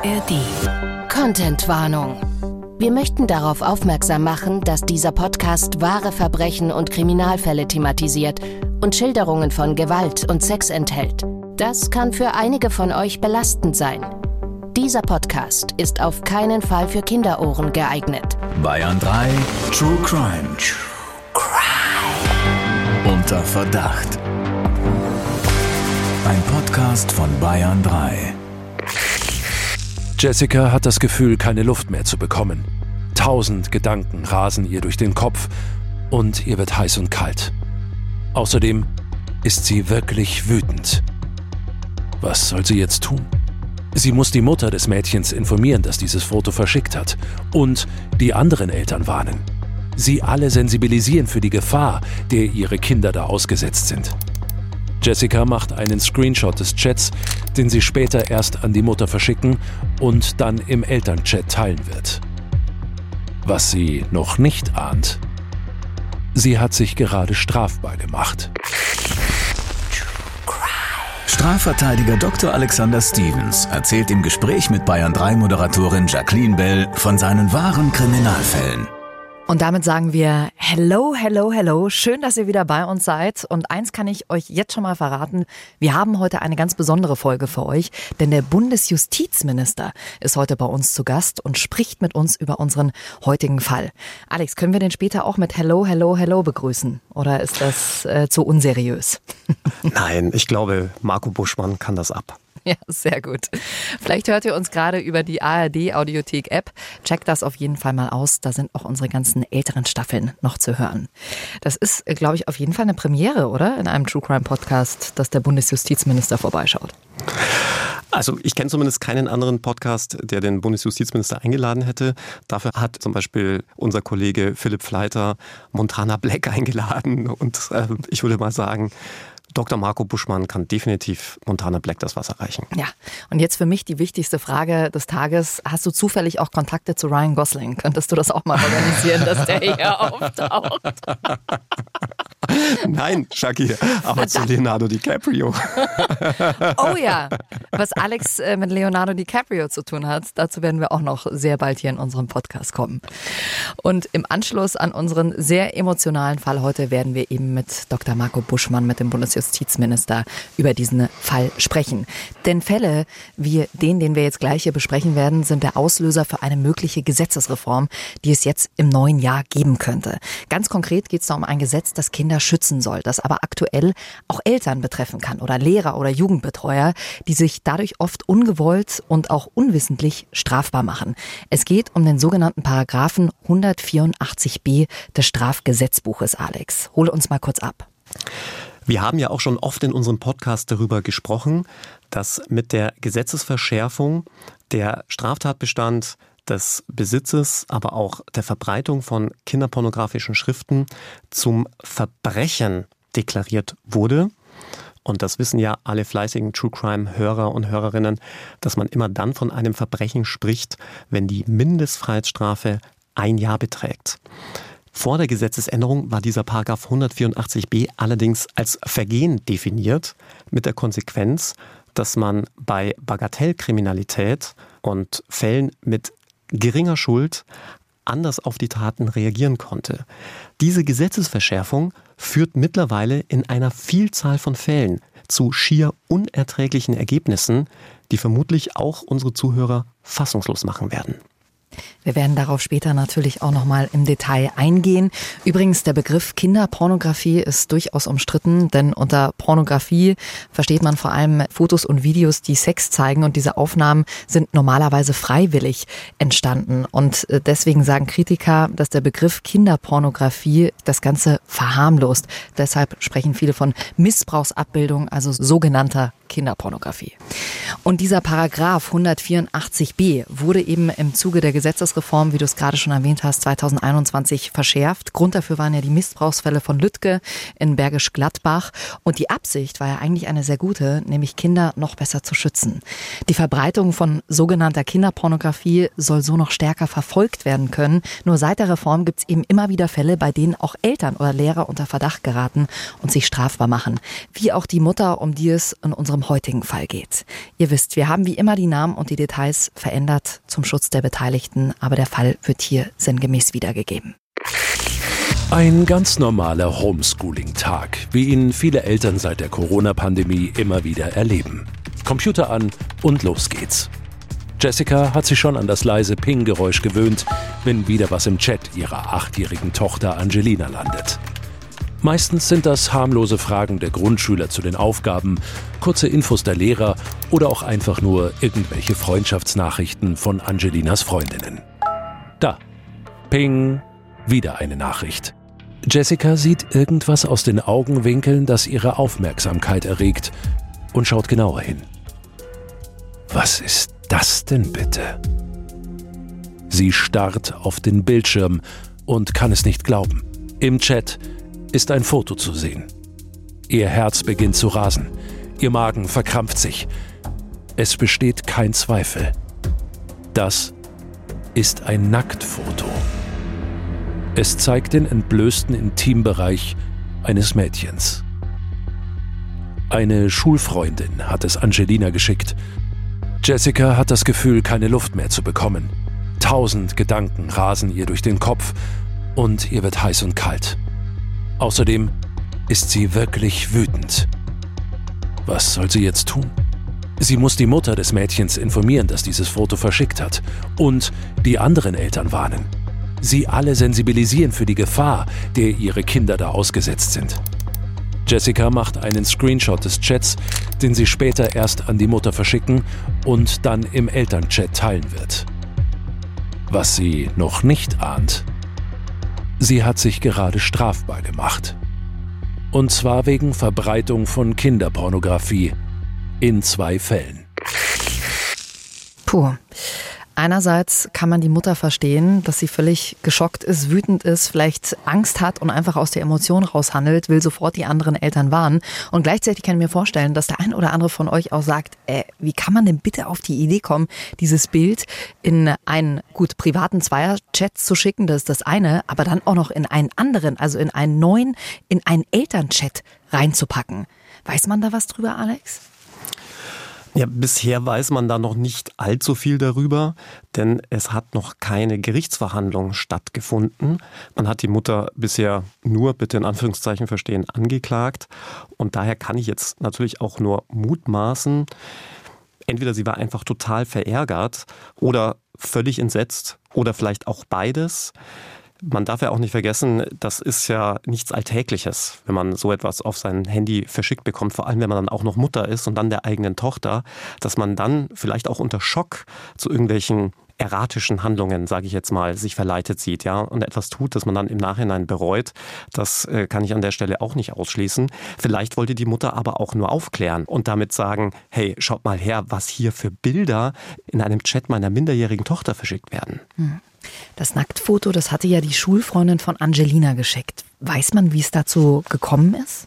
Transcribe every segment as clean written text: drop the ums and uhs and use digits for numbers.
ARD. Contentwarnung. Wir möchten darauf aufmerksam machen, dass dieser Podcast wahre Verbrechen und Kriminalfälle thematisiert und Schilderungen von Gewalt und Sex enthält. Das kann für einige von euch belastend sein. Dieser Podcast ist auf keinen Fall für Kinderohren geeignet. Bayern 3 True Crime. Unter Verdacht. Ein Podcast von Bayern 3. Jessica hat das Gefühl, keine Luft mehr zu bekommen. 1000 Gedanken rasen ihr durch den Kopf und ihr wird heiß und kalt. Außerdem ist sie wirklich wütend. Was soll sie jetzt tun? Sie muss die Mutter des Mädchens informieren, das dieses Foto verschickt hat, und die anderen Eltern warnen. Sie alle sensibilisieren für die Gefahr, der ihre Kinder da ausgesetzt sind. Jessica macht einen Screenshot des Chats, den sie später erst an die Mutter verschicken und dann im Elternchat teilen wird. Was sie noch nicht ahnt: Sie hat sich gerade strafbar gemacht. Strafverteidiger Dr. Alexander Stevens erzählt im Gespräch mit Bayern 3 Moderatorin Jacqueline Bell von seinen wahren Kriminalfällen. Und damit sagen wir hello, hello, hello. Schön, dass ihr wieder bei uns seid. Und eins kann ich euch jetzt schon mal verraten. Wir haben heute eine ganz besondere Folge für euch. Denn der Bundesjustizminister ist heute bei uns zu Gast und spricht mit uns über unseren heutigen Fall. Alex, können wir den später auch mit hello, hello, hello begrüßen? Oder ist das zu unseriös? Nein, ich glaube, Marco Buschmann kann das ab. Ja, sehr gut. Vielleicht hört ihr uns gerade über die ARD-Audiothek-App. Checkt das auf jeden Fall mal aus. Da sind auch unsere ganzen älteren Staffeln noch zu hören. Das ist, glaube ich, auf jeden Fall eine Premiere, oder? In einem True Crime Podcast, dass der Bundesjustizminister vorbeischaut. Also ich kenne zumindest keinen anderen Podcast, der den Bundesjustizminister eingeladen hätte. Dafür hat zum Beispiel unser Kollege Philipp Fleiter Montana Black eingeladen. Und ich würde mal sagen, Dr. Marco Buschmann kann definitiv Montana Black das Wasser reichen. Ja, und jetzt für mich die wichtigste Frage des Tages. Hast du zufällig auch Kontakte zu Ryan Gosling? Könntest du das auch mal organisieren, dass der hier auftaucht? Nein, Shaki, aber zu Leonardo DiCaprio. Oh ja, was Alex mit Leonardo DiCaprio zu tun hat, dazu werden wir auch noch sehr bald hier in unserem Podcast kommen. Und im Anschluss an unseren sehr emotionalen Fall heute werden wir eben mit Dr. Marco Buschmann, mit dem Bundesjustizminister, über diesen Fall sprechen. Denn Fälle wie den wir jetzt gleich hier besprechen werden, sind der Auslöser für eine mögliche Gesetzesreform, die es jetzt im neuen Jahr geben könnte. Ganz konkret geht es da um ein Gesetz, das Kinder schützen soll, das aber aktuell auch Eltern betreffen kann oder Lehrer oder Jugendbetreuer, die sich dadurch oft ungewollt und auch unwissentlich strafbar machen. Es geht um den sogenannten Paragraphen 184b des Strafgesetzbuches, Alex. Hole uns mal kurz ab. Wir haben ja auch schon oft in unserem Podcast darüber gesprochen, dass mit der Gesetzesverschärfung der Straftatbestand des Besitzes, aber auch der Verbreitung von kinderpornografischen Schriften zum Verbrechen deklariert wurde. Und das wissen ja alle fleißigen True Crime-Hörer und Hörerinnen, dass man immer dann von einem Verbrechen spricht, wenn die Mindestfreiheitsstrafe 1 Jahr beträgt. Vor der Gesetzesänderung war dieser Paragraph 184b allerdings als Vergehen definiert, mit der Konsequenz, dass man bei Bagatellkriminalität und Fällen mit geringer Schuld anders auf die Taten reagieren konnte. Diese Gesetzesverschärfung führt mittlerweile in einer Vielzahl von Fällen zu schier unerträglichen Ergebnissen, die vermutlich auch unsere Zuhörer fassungslos machen werden. Wir werden darauf später natürlich auch nochmal im Detail eingehen. Übrigens, der Begriff Kinderpornografie ist durchaus umstritten, denn unter Pornografie versteht man vor allem Fotos und Videos, die Sex zeigen, und diese Aufnahmen sind normalerweise freiwillig entstanden. Und deswegen sagen Kritiker, dass der Begriff Kinderpornografie das Ganze verharmlost. Deshalb sprechen viele von Missbrauchsabbildung, also sogenannter Kinderpornografie. Und dieser Paragraph 184b wurde eben im Zuge der Gesetzesreform, wie du es gerade schon erwähnt hast, 2021 verschärft. Grund dafür waren ja die Missbrauchsfälle von Lüttke in Bergisch Gladbach. Und die Absicht war ja eigentlich eine sehr gute, nämlich Kinder noch besser zu schützen. Die Verbreitung von sogenannter Kinderpornografie soll so noch stärker verfolgt werden können. Nur seit der Reform gibt es eben immer wieder Fälle, bei denen auch Eltern oder Lehrer unter Verdacht geraten und sich strafbar machen. Wie auch die Mutter, um die es in unserem heutigen Fall geht. Ihr wisst, wir haben wie immer die Namen und die Details verändert zum Schutz der Beteiligten, aber der Fall wird hier sinngemäß wiedergegeben. Ein ganz normaler Homeschooling-Tag, wie ihn viele Eltern seit der Corona-Pandemie immer wieder erleben. Computer an und los geht's. Jessica hat sich schon an das leise Ping-Geräusch gewöhnt, wenn wieder was im Chat ihrer 8-jährigen Tochter Angelina landet. Meistens sind das harmlose Fragen der Grundschüler zu den Aufgaben, kurze Infos der Lehrer oder auch einfach nur irgendwelche Freundschaftsnachrichten von Angelinas Freundinnen. Da, Ping, wieder eine Nachricht. Jessica sieht irgendwas aus den Augenwinkeln, das ihre Aufmerksamkeit erregt, und schaut genauer hin. Was ist das denn bitte? Sie starrt auf den Bildschirm und kann es nicht glauben. Im Chat ist ein Foto zu sehen. Ihr Herz beginnt zu rasen. Ihr Magen verkrampft sich. Es besteht kein Zweifel. Das ist ein Nacktfoto. Es zeigt den entblößten Intimbereich eines Mädchens. Eine Schulfreundin hat es Angelina geschickt. Jessica hat das Gefühl, keine Luft mehr zu bekommen. 1000 Gedanken rasen ihr durch den Kopf und ihr wird heiß und kalt. Außerdem ist sie wirklich wütend. Was soll sie jetzt tun? Sie muss die Mutter des Mädchens informieren, das dieses Foto verschickt hat, und die anderen Eltern warnen. Sie alle sensibilisieren für die Gefahr, der ihre Kinder da ausgesetzt sind. Jessica macht einen Screenshot des Chats, den sie später erst an die Mutter verschicken und dann im Elternchat teilen wird. Was sie noch nicht ahnt: Sie hat sich gerade strafbar gemacht. Und zwar wegen Verbreitung von Kinderpornografie in 2 Fällen. Puh. Einerseits kann man die Mutter verstehen, dass sie völlig geschockt ist, wütend ist, vielleicht Angst hat und einfach aus der Emotion raushandelt, will sofort die anderen Eltern warnen. Und gleichzeitig kann ich mir vorstellen, dass der ein oder andere von euch auch sagt, wie kann man denn bitte auf die Idee kommen, dieses Bild in einen privaten Zweier-Chat zu schicken, das ist das eine, aber dann auch noch in einen anderen, also in einen neuen, in einen Elternchat reinzupacken. Weiß man da was drüber, Alex? Ja, bisher weiß man da noch nicht allzu viel darüber, denn es hat noch keine Gerichtsverhandlung stattgefunden. Man hat die Mutter bisher nur, bitte in Anführungszeichen verstehen, angeklagt. Und daher kann ich jetzt natürlich auch nur mutmaßen, entweder sie war einfach total verärgert oder völlig entsetzt oder vielleicht auch beides. Man darf ja auch nicht vergessen, das ist ja nichts Alltägliches, wenn man so etwas auf sein Handy verschickt bekommt, vor allem wenn man dann auch noch Mutter ist und dann der eigenen Tochter, dass man dann vielleicht auch unter Schock zu irgendwelchen erratischen Handlungen, sage ich jetzt mal, sich verleitet sieht, ja, und etwas tut, das man dann im Nachhinein bereut. Das kann ich an der Stelle auch nicht ausschließen. Vielleicht wollte die Mutter aber auch nur aufklären und damit sagen, hey, schaut mal her, was hier für Bilder in einem Chat meiner minderjährigen Tochter verschickt werden. Das Nacktfoto, das hatte ja die Schulfreundin von Angelina geschickt. Weiß man, wie es dazu gekommen ist?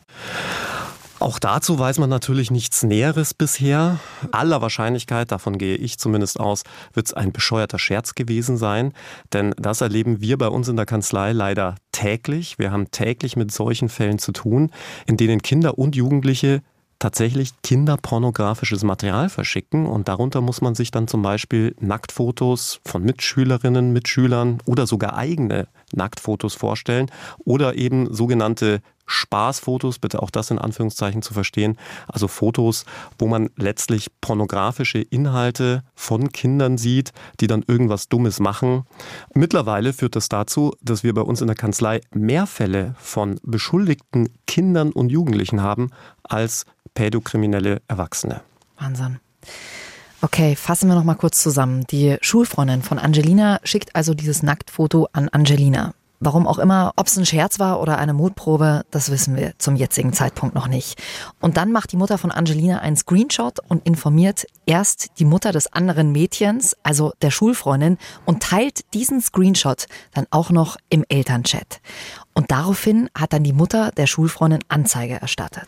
Auch dazu weiß man natürlich nichts Näheres bisher. Aller Wahrscheinlichkeit, davon gehe ich zumindest aus, wird es ein bescheuerter Scherz gewesen sein. Denn das erleben wir bei uns in der Kanzlei leider täglich. Wir haben täglich mit solchen Fällen zu tun, in denen Kinder und Jugendliche tatsächlich kinderpornografisches Material verschicken, und darunter muss man sich dann zum Beispiel Nacktfotos von Mitschülerinnen, Mitschülern oder sogar eigene Nacktfotos vorstellen oder eben sogenannte Spaßfotos, bitte auch das in Anführungszeichen zu verstehen, also Fotos, wo man letztlich pornografische Inhalte von Kindern sieht, die dann irgendwas Dummes machen. Mittlerweile führt das dazu, dass wir bei uns in der Kanzlei mehr Fälle von beschuldigten Kindern und Jugendlichen haben als pädokriminelle Erwachsene. Wahnsinn. Okay, fassen wir noch mal kurz zusammen. Die Schulfreundin von Angelina schickt also dieses Nacktfoto an Angelina. Warum auch immer, ob es ein Scherz war oder eine Mutprobe, das wissen wir zum jetzigen Zeitpunkt noch nicht. Und dann macht die Mutter von Angelina einen Screenshot und informiert erst die Mutter des anderen Mädchens, also der Schulfreundin, und teilt diesen Screenshot dann auch noch im Elternchat. Und daraufhin hat dann die Mutter der Schulfreundin Anzeige erstattet.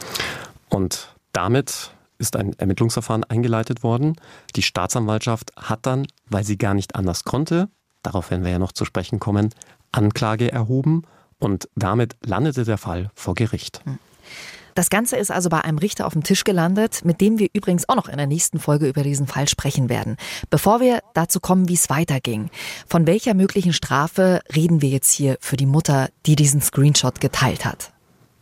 Und damit ist ein Ermittlungsverfahren eingeleitet worden. Die Staatsanwaltschaft hat dann, weil sie gar nicht anders konnte, darauf werden wir ja noch zu sprechen kommen, Anklage erhoben, und damit landete der Fall vor Gericht. Das Ganze ist also bei einem Richter auf dem Tisch gelandet, mit dem wir übrigens auch noch in der nächsten Folge über diesen Fall sprechen werden. Bevor wir dazu kommen, wie es weiterging, von welcher möglichen Strafe reden wir jetzt hier für die Mutter, die diesen Screenshot geteilt hat?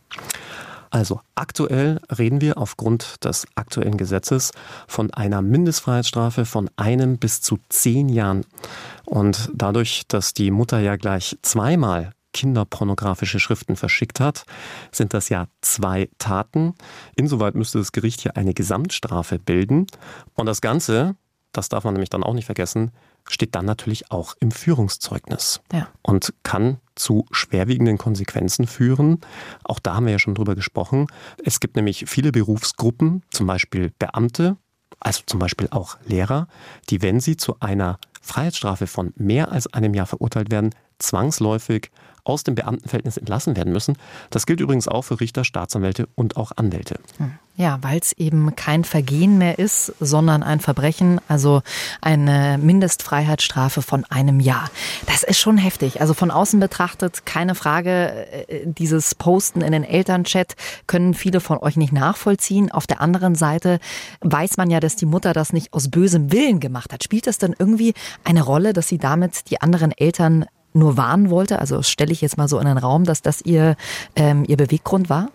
Also aktuell reden wir aufgrund des aktuellen Gesetzes von einer Mindestfreiheitsstrafe von 1 bis zu 10 Jahren. Und dadurch, dass die Mutter ja gleich zweimal kinderpornografische Schriften verschickt hat, sind das ja 2 Taten. Insoweit müsste das Gericht hier eine Gesamtstrafe bilden. Und das Ganze, das darf man nämlich dann auch nicht vergessen, steht dann natürlich auch im Führungszeugnis und kann zu schwerwiegenden Konsequenzen führen. Auch da haben wir ja schon drüber gesprochen. Es gibt nämlich viele Berufsgruppen, zum Beispiel Beamte, also zum Beispiel auch Lehrer, die, wenn sie zu einer Freiheitsstrafe von mehr als 1 Jahr verurteilt werden, zwangsläufig aus dem Beamtenverhältnis entlassen werden müssen. Das gilt übrigens auch für Richter, Staatsanwälte und auch Anwälte. Ja, weil es eben kein Vergehen mehr ist, sondern ein Verbrechen, also eine Mindestfreiheitsstrafe von 1 Jahr. Das ist schon heftig. Also von außen betrachtet, keine Frage, dieses Posten in den Elternchat können viele von euch nicht nachvollziehen. Auf der anderen Seite weiß man ja, dass die Mutter das nicht aus bösem Willen gemacht hat. Spielt das denn irgendwie eine Rolle, dass sie damit die anderen Eltern nur warnen wollte? Also stelle ich jetzt mal so in den Raum, dass das ihr Beweggrund war?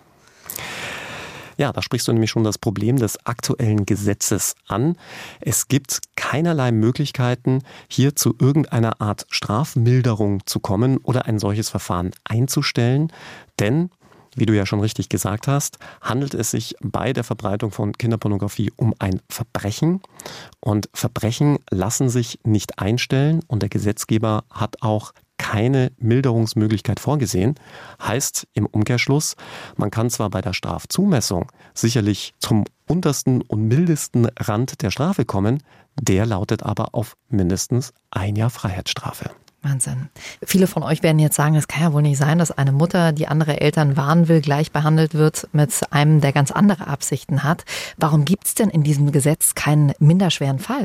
Ja, da sprichst du nämlich schon das Problem des aktuellen Gesetzes an. Es gibt keinerlei Möglichkeiten, hier zu irgendeiner Art Strafmilderung zu kommen oder ein solches Verfahren einzustellen. Denn, wie du ja schon richtig gesagt hast, handelt es sich bei der Verbreitung von Kinderpornografie um ein Verbrechen. Und Verbrechen lassen sich nicht einstellen und der Gesetzgeber hat auch keine Milderungsmöglichkeit vorgesehen. Heißt im Umkehrschluss, man kann zwar bei der Strafzumessung sicherlich zum untersten und mildesten Rand der Strafe kommen, der lautet aber auf mindestens 1 Jahr Freiheitsstrafe. Wahnsinn. Viele von euch werden jetzt sagen, es kann ja wohl nicht sein, dass eine Mutter, die andere Eltern warnen will, gleich behandelt wird mit einem, der ganz andere Absichten hat. Warum gibt es denn in diesem Gesetz keinen minderschweren Fall?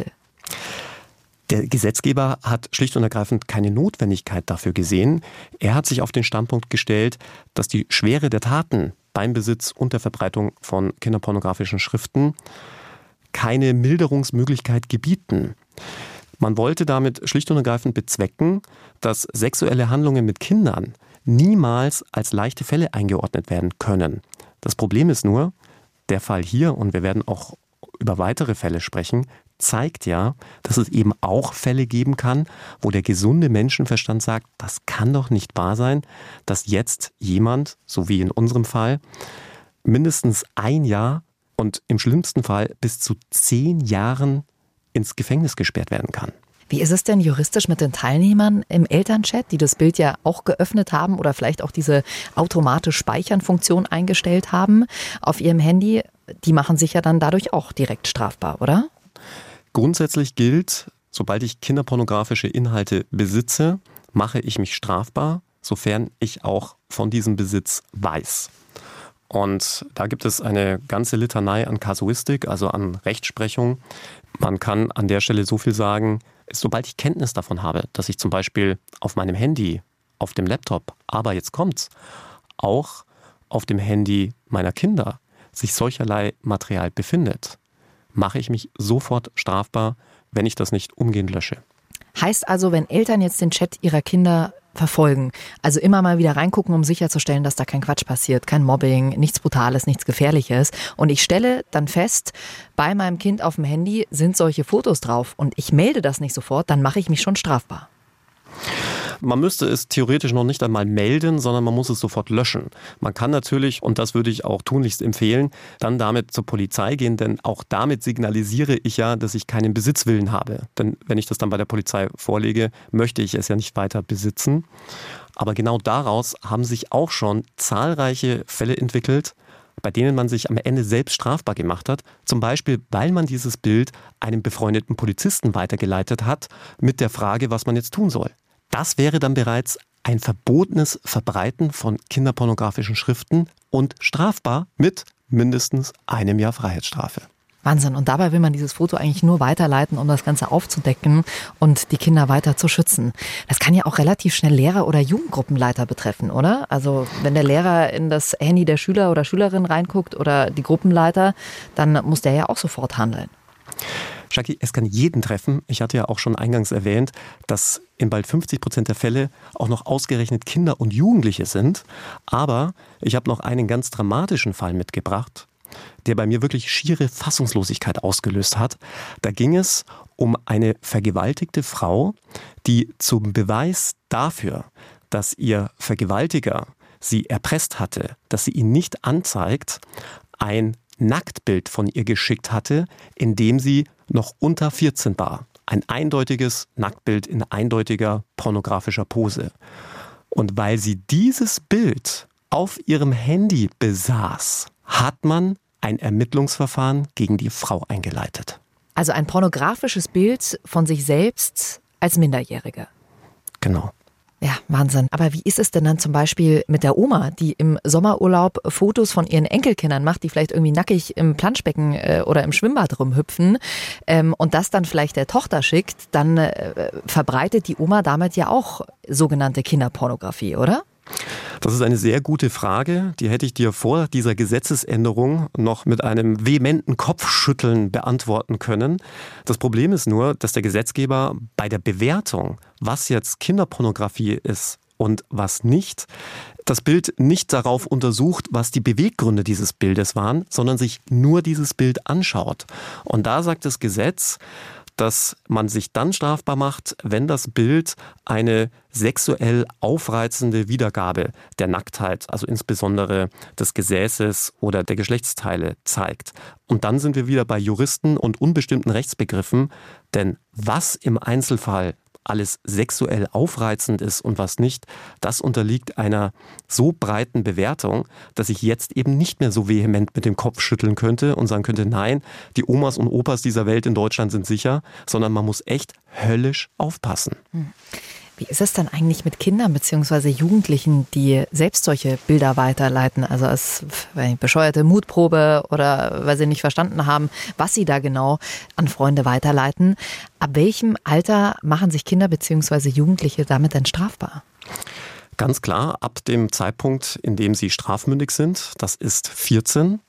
Der Gesetzgeber hat schlicht und ergreifend keine Notwendigkeit dafür gesehen. Er hat sich auf den Standpunkt gestellt, dass die Schwere der Taten beim Besitz und der Verbreitung von kinderpornografischen Schriften keine Milderungsmöglichkeit gebieten. Man wollte damit schlicht und ergreifend bezwecken, dass sexuelle Handlungen mit Kindern niemals als leichte Fälle eingeordnet werden können. Das Problem ist nur, der Fall hier, und wir werden auch über weitere Fälle sprechen, zeigt ja, dass es eben auch Fälle geben kann, wo der gesunde Menschenverstand sagt, das kann doch nicht wahr sein, dass jetzt jemand, so wie in unserem Fall, mindestens 1 Jahr und im schlimmsten Fall bis zu 10 Jahren ins Gefängnis gesperrt werden kann. Wie ist es denn juristisch mit den Teilnehmern im Elternchat, die das Bild ja auch geöffnet haben oder vielleicht auch diese automatisch Speichern-Funktion eingestellt haben auf ihrem Handy? Die machen sich ja dann dadurch auch direkt strafbar, oder? Grundsätzlich gilt, sobald ich kinderpornografische Inhalte besitze, mache ich mich strafbar, sofern ich auch von diesem Besitz weiß. Und da gibt es eine ganze Litanei an Kasuistik, also an Rechtsprechung. Man kann an der Stelle so viel sagen, sobald ich Kenntnis davon habe, dass ich zum Beispiel auf meinem Handy, auf dem Laptop, aber jetzt kommt's, auch auf dem Handy meiner Kinder sich solcherlei Material befindet, mache ich mich sofort strafbar, wenn ich das nicht umgehend lösche. Heißt also, wenn Eltern jetzt den Chat ihrer Kinder verfolgen, also immer mal wieder reingucken, um sicherzustellen, dass da kein Quatsch passiert, kein Mobbing, nichts Brutales, nichts Gefährliches. Und ich stelle dann fest, bei meinem Kind auf dem Handy sind solche Fotos drauf und ich melde das nicht sofort, dann mache ich mich schon strafbar. Man müsste es theoretisch noch nicht einmal melden, sondern man muss es sofort löschen. Man kann natürlich, und das würde ich auch tunlichst empfehlen, dann damit zur Polizei gehen, denn auch damit signalisiere ich ja, dass ich keinen Besitzwillen habe. Denn wenn ich das dann bei der Polizei vorlege, möchte ich es ja nicht weiter besitzen. Aber genau daraus haben sich auch schon zahlreiche Fälle entwickelt, bei denen man sich am Ende selbst strafbar gemacht hat. Zum Beispiel, weil man dieses Bild einem befreundeten Polizisten weitergeleitet hat mit der Frage, was man jetzt tun soll. Das wäre dann bereits ein verbotenes Verbreiten von kinderpornografischen Schriften und strafbar mit mindestens 1 Jahr Freiheitsstrafe. Wahnsinn. Und dabei will man dieses Foto eigentlich nur weiterleiten, um das Ganze aufzudecken und die Kinder weiter zu schützen. Das kann ja auch relativ schnell Lehrer oder Jugendgruppenleiter betreffen, oder? Also wenn der Lehrer in das Handy der Schüler oder Schülerin reinguckt oder die Gruppenleiter, dann muss der ja auch sofort handeln. Jackie, es kann jeden treffen. Ich hatte ja auch schon eingangs erwähnt, dass in bald 50% der Fälle auch noch ausgerechnet Kinder und Jugendliche sind. Aber ich habe noch einen ganz dramatischen Fall mitgebracht, der bei mir wirklich schiere Fassungslosigkeit ausgelöst hat. Da ging es um eine vergewaltigte Frau, die zum Beweis dafür, dass ihr Vergewaltiger sie erpresst hatte, dass sie ihn nicht anzeigt, ein Nacktbild von ihr geschickt hatte, in dem sie noch unter 14 war. Ein eindeutiges Nacktbild in eindeutiger pornografischer Pose. Und weil sie dieses Bild auf ihrem Handy besaß, hat man ein Ermittlungsverfahren gegen die Frau eingeleitet. Also ein pornografisches Bild von sich selbst als Minderjährige. Genau. Ja, Wahnsinn. Aber wie ist es denn dann zum Beispiel mit der Oma, die im Sommerurlaub Fotos von ihren Enkelkindern macht, die vielleicht irgendwie nackig im Planschbecken oder im Schwimmbad rumhüpfen und das dann vielleicht der Tochter schickt, dann verbreitet die Oma damit ja auch sogenannte Kinderpornografie, oder? Das ist eine sehr gute Frage. Die hätte ich dir vor dieser Gesetzesänderung noch mit einem vehementen Kopfschütteln beantworten können. Das Problem ist nur, dass der Gesetzgeber bei der Bewertung, was jetzt Kinderpornografie ist und was nicht, das Bild nicht darauf untersucht, was die Beweggründe dieses Bildes waren, sondern sich nur dieses Bild anschaut. Und da sagt das Gesetz, dass man sich dann strafbar macht, wenn das Bild eine sexuell aufreizende Wiedergabe der Nacktheit, also insbesondere des Gesäßes oder der Geschlechtsteile, zeigt. Und dann sind wir wieder bei Juristen und unbestimmten Rechtsbegriffen, denn was im Einzelfall alles sexuell aufreizend ist und was nicht, das unterliegt einer so breiten Bewertung, dass ich jetzt eben nicht mehr so vehement mit dem Kopf schütteln könnte und sagen könnte, nein, die Omas und Opas dieser Welt in Deutschland sind sicher, sondern man muss echt höllisch aufpassen. Wie ist es dann eigentlich mit Kindern bzw. Jugendlichen, die selbst solche Bilder weiterleiten? Also als bescheuerte Mutprobe oder weil sie nicht verstanden haben, was sie da genau an Freunde weiterleiten. Ab welchem Alter machen sich Kinder bzw. Jugendliche damit denn strafbar? Ganz klar, ab dem Zeitpunkt, in dem sie strafmündig sind, das ist 14.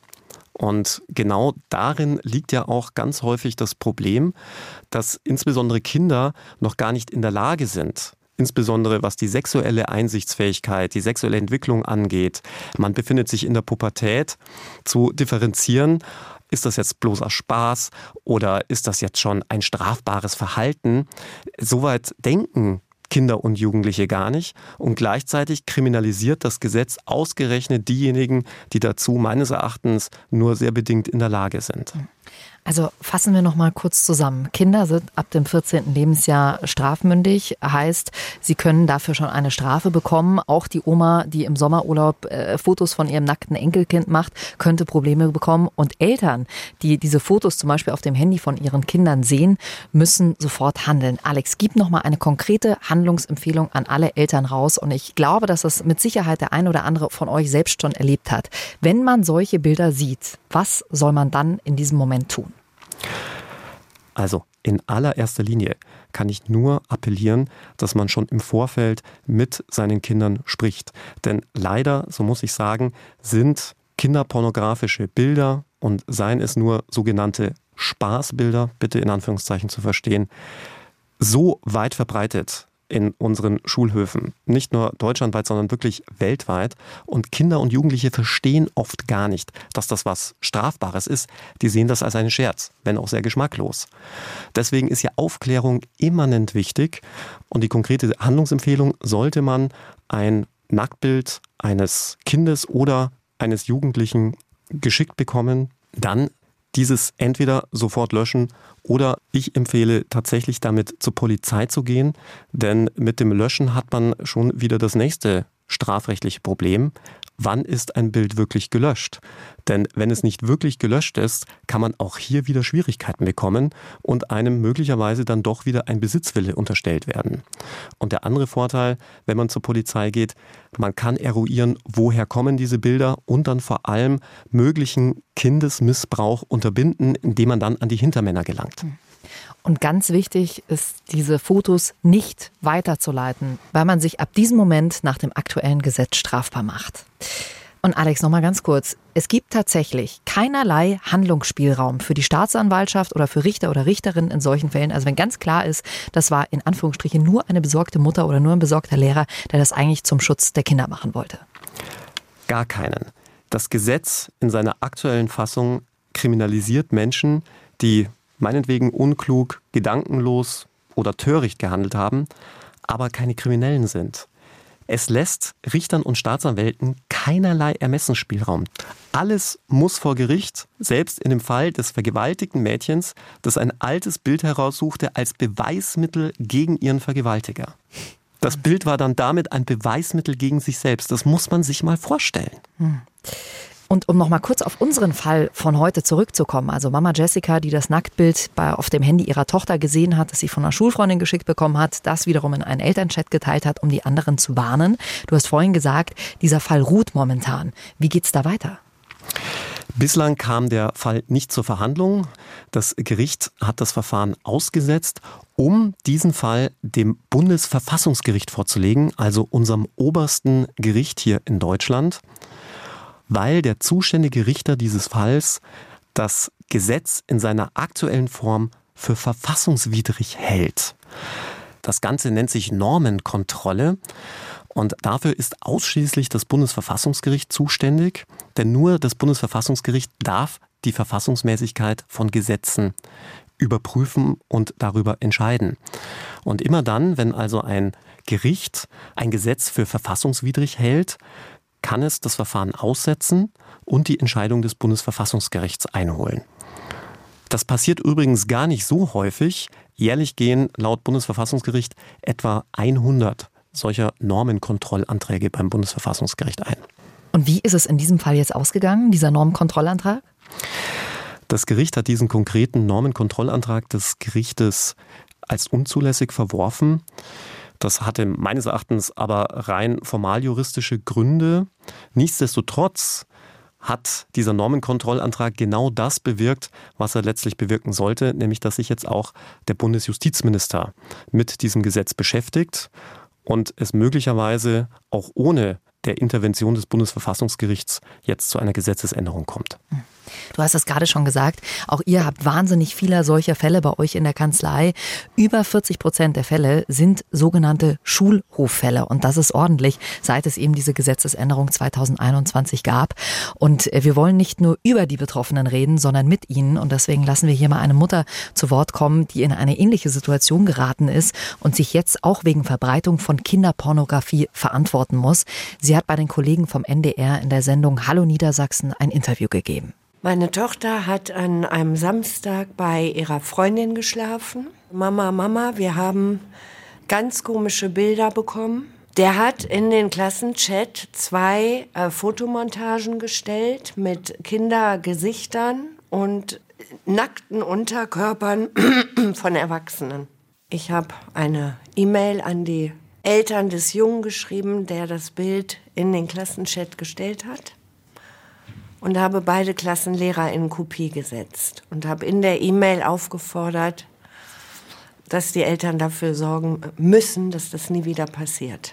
Und genau darin liegt ja auch ganz häufig das Problem, dass insbesondere Kinder noch gar nicht in der Lage sind, insbesondere was die sexuelle Einsichtsfähigkeit, die sexuelle Entwicklung angeht. Man befindet sich in der Pubertät, zu differenzieren. Ist das jetzt bloßer Spaß oder ist das jetzt schon ein strafbares Verhalten? Soweit denken Kinder und Jugendliche gar nicht. Und gleichzeitig kriminalisiert das Gesetz ausgerechnet diejenigen, die dazu meines Erachtens nur sehr bedingt in der Lage sind. Also fassen wir noch mal kurz zusammen. Kinder sind ab dem 14. Lebensjahr strafmündig, heißt, sie können dafür schon eine Strafe bekommen. Auch die Oma, die im Sommerurlaub Fotos von ihrem nackten Enkelkind macht, könnte Probleme bekommen. Und Eltern, die diese Fotos zum Beispiel auf dem Handy von ihren Kindern sehen, müssen sofort handeln. Alex, gib noch mal eine konkrete Handlungsempfehlung an alle Eltern raus. Und ich glaube, dass das mit Sicherheit der ein oder andere von euch selbst schon erlebt hat. Wenn man solche Bilder sieht, was soll man dann in diesem Moment tun? Also in allererster Linie kann ich nur appellieren, dass man schon im Vorfeld mit seinen Kindern spricht. Denn leider, so muss ich sagen, sind kinderpornografische Bilder und seien es nur sogenannte Spaßbilder, bitte in Anführungszeichen zu verstehen, so weit verbreitet in unseren Schulhöfen. Nicht nur deutschlandweit, sondern wirklich weltweit. Und Kinder und Jugendliche verstehen oft gar nicht, dass das was Strafbares ist. Die sehen das als einen Scherz, wenn auch sehr geschmacklos. Deswegen ist ja Aufklärung immanent wichtig. Und die konkrete Handlungsempfehlung: sollte man ein Nacktbild eines Kindes oder eines Jugendlichen geschickt bekommen, dann dieses entweder sofort löschen oder ich empfehle tatsächlich damit zur Polizei zu gehen, denn mit dem Löschen hat man schon wieder das nächste strafrechtliche Problem: Wann ist ein Bild wirklich gelöscht? Denn wenn es nicht wirklich gelöscht ist, kann man auch hier wieder Schwierigkeiten bekommen und einem möglicherweise dann doch wieder ein Besitzwille unterstellt werden. Und der andere Vorteil, wenn man zur Polizei geht: Man kann eruieren, woher kommen diese Bilder und dann vor allem möglichen Kindesmissbrauch unterbinden, indem man dann an die Hintermänner gelangt. Und ganz wichtig ist, diese Fotos nicht weiterzuleiten, weil man sich ab diesem Moment nach dem aktuellen Gesetz strafbar macht. Und Alex, noch mal ganz kurz. Es gibt tatsächlich keinerlei Handlungsspielraum für die Staatsanwaltschaft oder für Richter oder Richterinnen in solchen Fällen. Also wenn ganz klar ist, das war in Anführungsstrichen nur eine besorgte Mutter oder nur ein besorgter Lehrer, der das eigentlich zum Schutz der Kinder machen wollte. Gar keinen. Das Gesetz in seiner aktuellen Fassung kriminalisiert Menschen, die meinetwegen unklug, gedankenlos oder töricht gehandelt haben, aber keine Kriminellen sind. Es lässt Richtern und Staatsanwälten keinerlei Ermessensspielraum. Alles muss vor Gericht, selbst in dem Fall des vergewaltigten Mädchens, das ein altes Bild heraussuchte als Beweismittel gegen ihren Vergewaltiger. Das Bild war dann damit ein Beweismittel gegen sich selbst. Das muss man sich mal vorstellen. Und um noch mal kurz auf unseren Fall von heute zurückzukommen, also Mama Jessica, die das Nacktbild auf dem Handy ihrer Tochter gesehen hat, das sie von einer Schulfreundin geschickt bekommen hat, das wiederum in einen Elternchat geteilt hat, um die anderen zu warnen. Du hast vorhin gesagt, dieser Fall ruht momentan. Wie geht's da weiter? Bislang kam der Fall nicht zur Verhandlung. Das Gericht hat das Verfahren ausgesetzt, um diesen Fall dem Bundesverfassungsgericht vorzulegen, also unserem obersten Gericht hier in Deutschland, weil der zuständige Richter dieses Falls das Gesetz in seiner aktuellen Form für verfassungswidrig hält. Das Ganze nennt sich Normenkontrolle und dafür ist ausschließlich das Bundesverfassungsgericht zuständig, denn nur das Bundesverfassungsgericht darf die Verfassungsmäßigkeit von Gesetzen überprüfen und darüber entscheiden. Und immer dann, wenn also ein Gericht ein Gesetz für verfassungswidrig hält, kann es das Verfahren aussetzen und die Entscheidung des Bundesverfassungsgerichts einholen. Das passiert übrigens gar nicht so häufig. Jährlich gehen laut Bundesverfassungsgericht etwa 100 solcher Normenkontrollanträge beim Bundesverfassungsgericht ein. Und wie ist es in diesem Fall jetzt ausgegangen, dieser Normenkontrollantrag? Das Gericht hat diesen konkreten Normenkontrollantrag des Gerichtes als unzulässig verworfen. Das hatte meines Erachtens aber rein formaljuristische Gründe. Nichtsdestotrotz hat dieser Normenkontrollantrag genau das bewirkt, was er letztlich bewirken sollte, nämlich dass sich jetzt auch der Bundesjustizminister mit diesem Gesetz beschäftigt und es möglicherweise auch ohne der Intervention des Bundesverfassungsgerichts jetzt zu einer Gesetzesänderung kommt. Du hast es gerade schon gesagt, auch ihr habt wahnsinnig viele solcher Fälle bei euch in der Kanzlei. Über 40% der Fälle sind sogenannte Schulhoffälle. Und das ist ordentlich, seit es eben diese Gesetzesänderung 2021 gab. Und wir wollen nicht nur über die Betroffenen reden, sondern mit ihnen. Und deswegen lassen wir hier mal eine Mutter zu Wort kommen, die in eine ähnliche Situation geraten ist und sich jetzt auch wegen Verbreitung von Kinderpornografie verantworten muss. Sie hat bei den Kollegen vom NDR in der Sendung Hallo Niedersachsen ein Interview gegeben. Meine Tochter hat an einem Samstag bei ihrer Freundin geschlafen. Mama, wir haben ganz komische Bilder bekommen. Der hat in den Klassenchat 2 Fotomontagen gestellt mit Kindergesichtern und nackten Unterkörpern von Erwachsenen. Ich habe eine E-Mail an die Eltern des Jungen geschrieben, der das Bild in den Klassenchat gestellt hat. Und habe beide Klassenlehrer in Kopie gesetzt und habe in der E-Mail aufgefordert, dass die Eltern dafür sorgen müssen, dass das nie wieder passiert.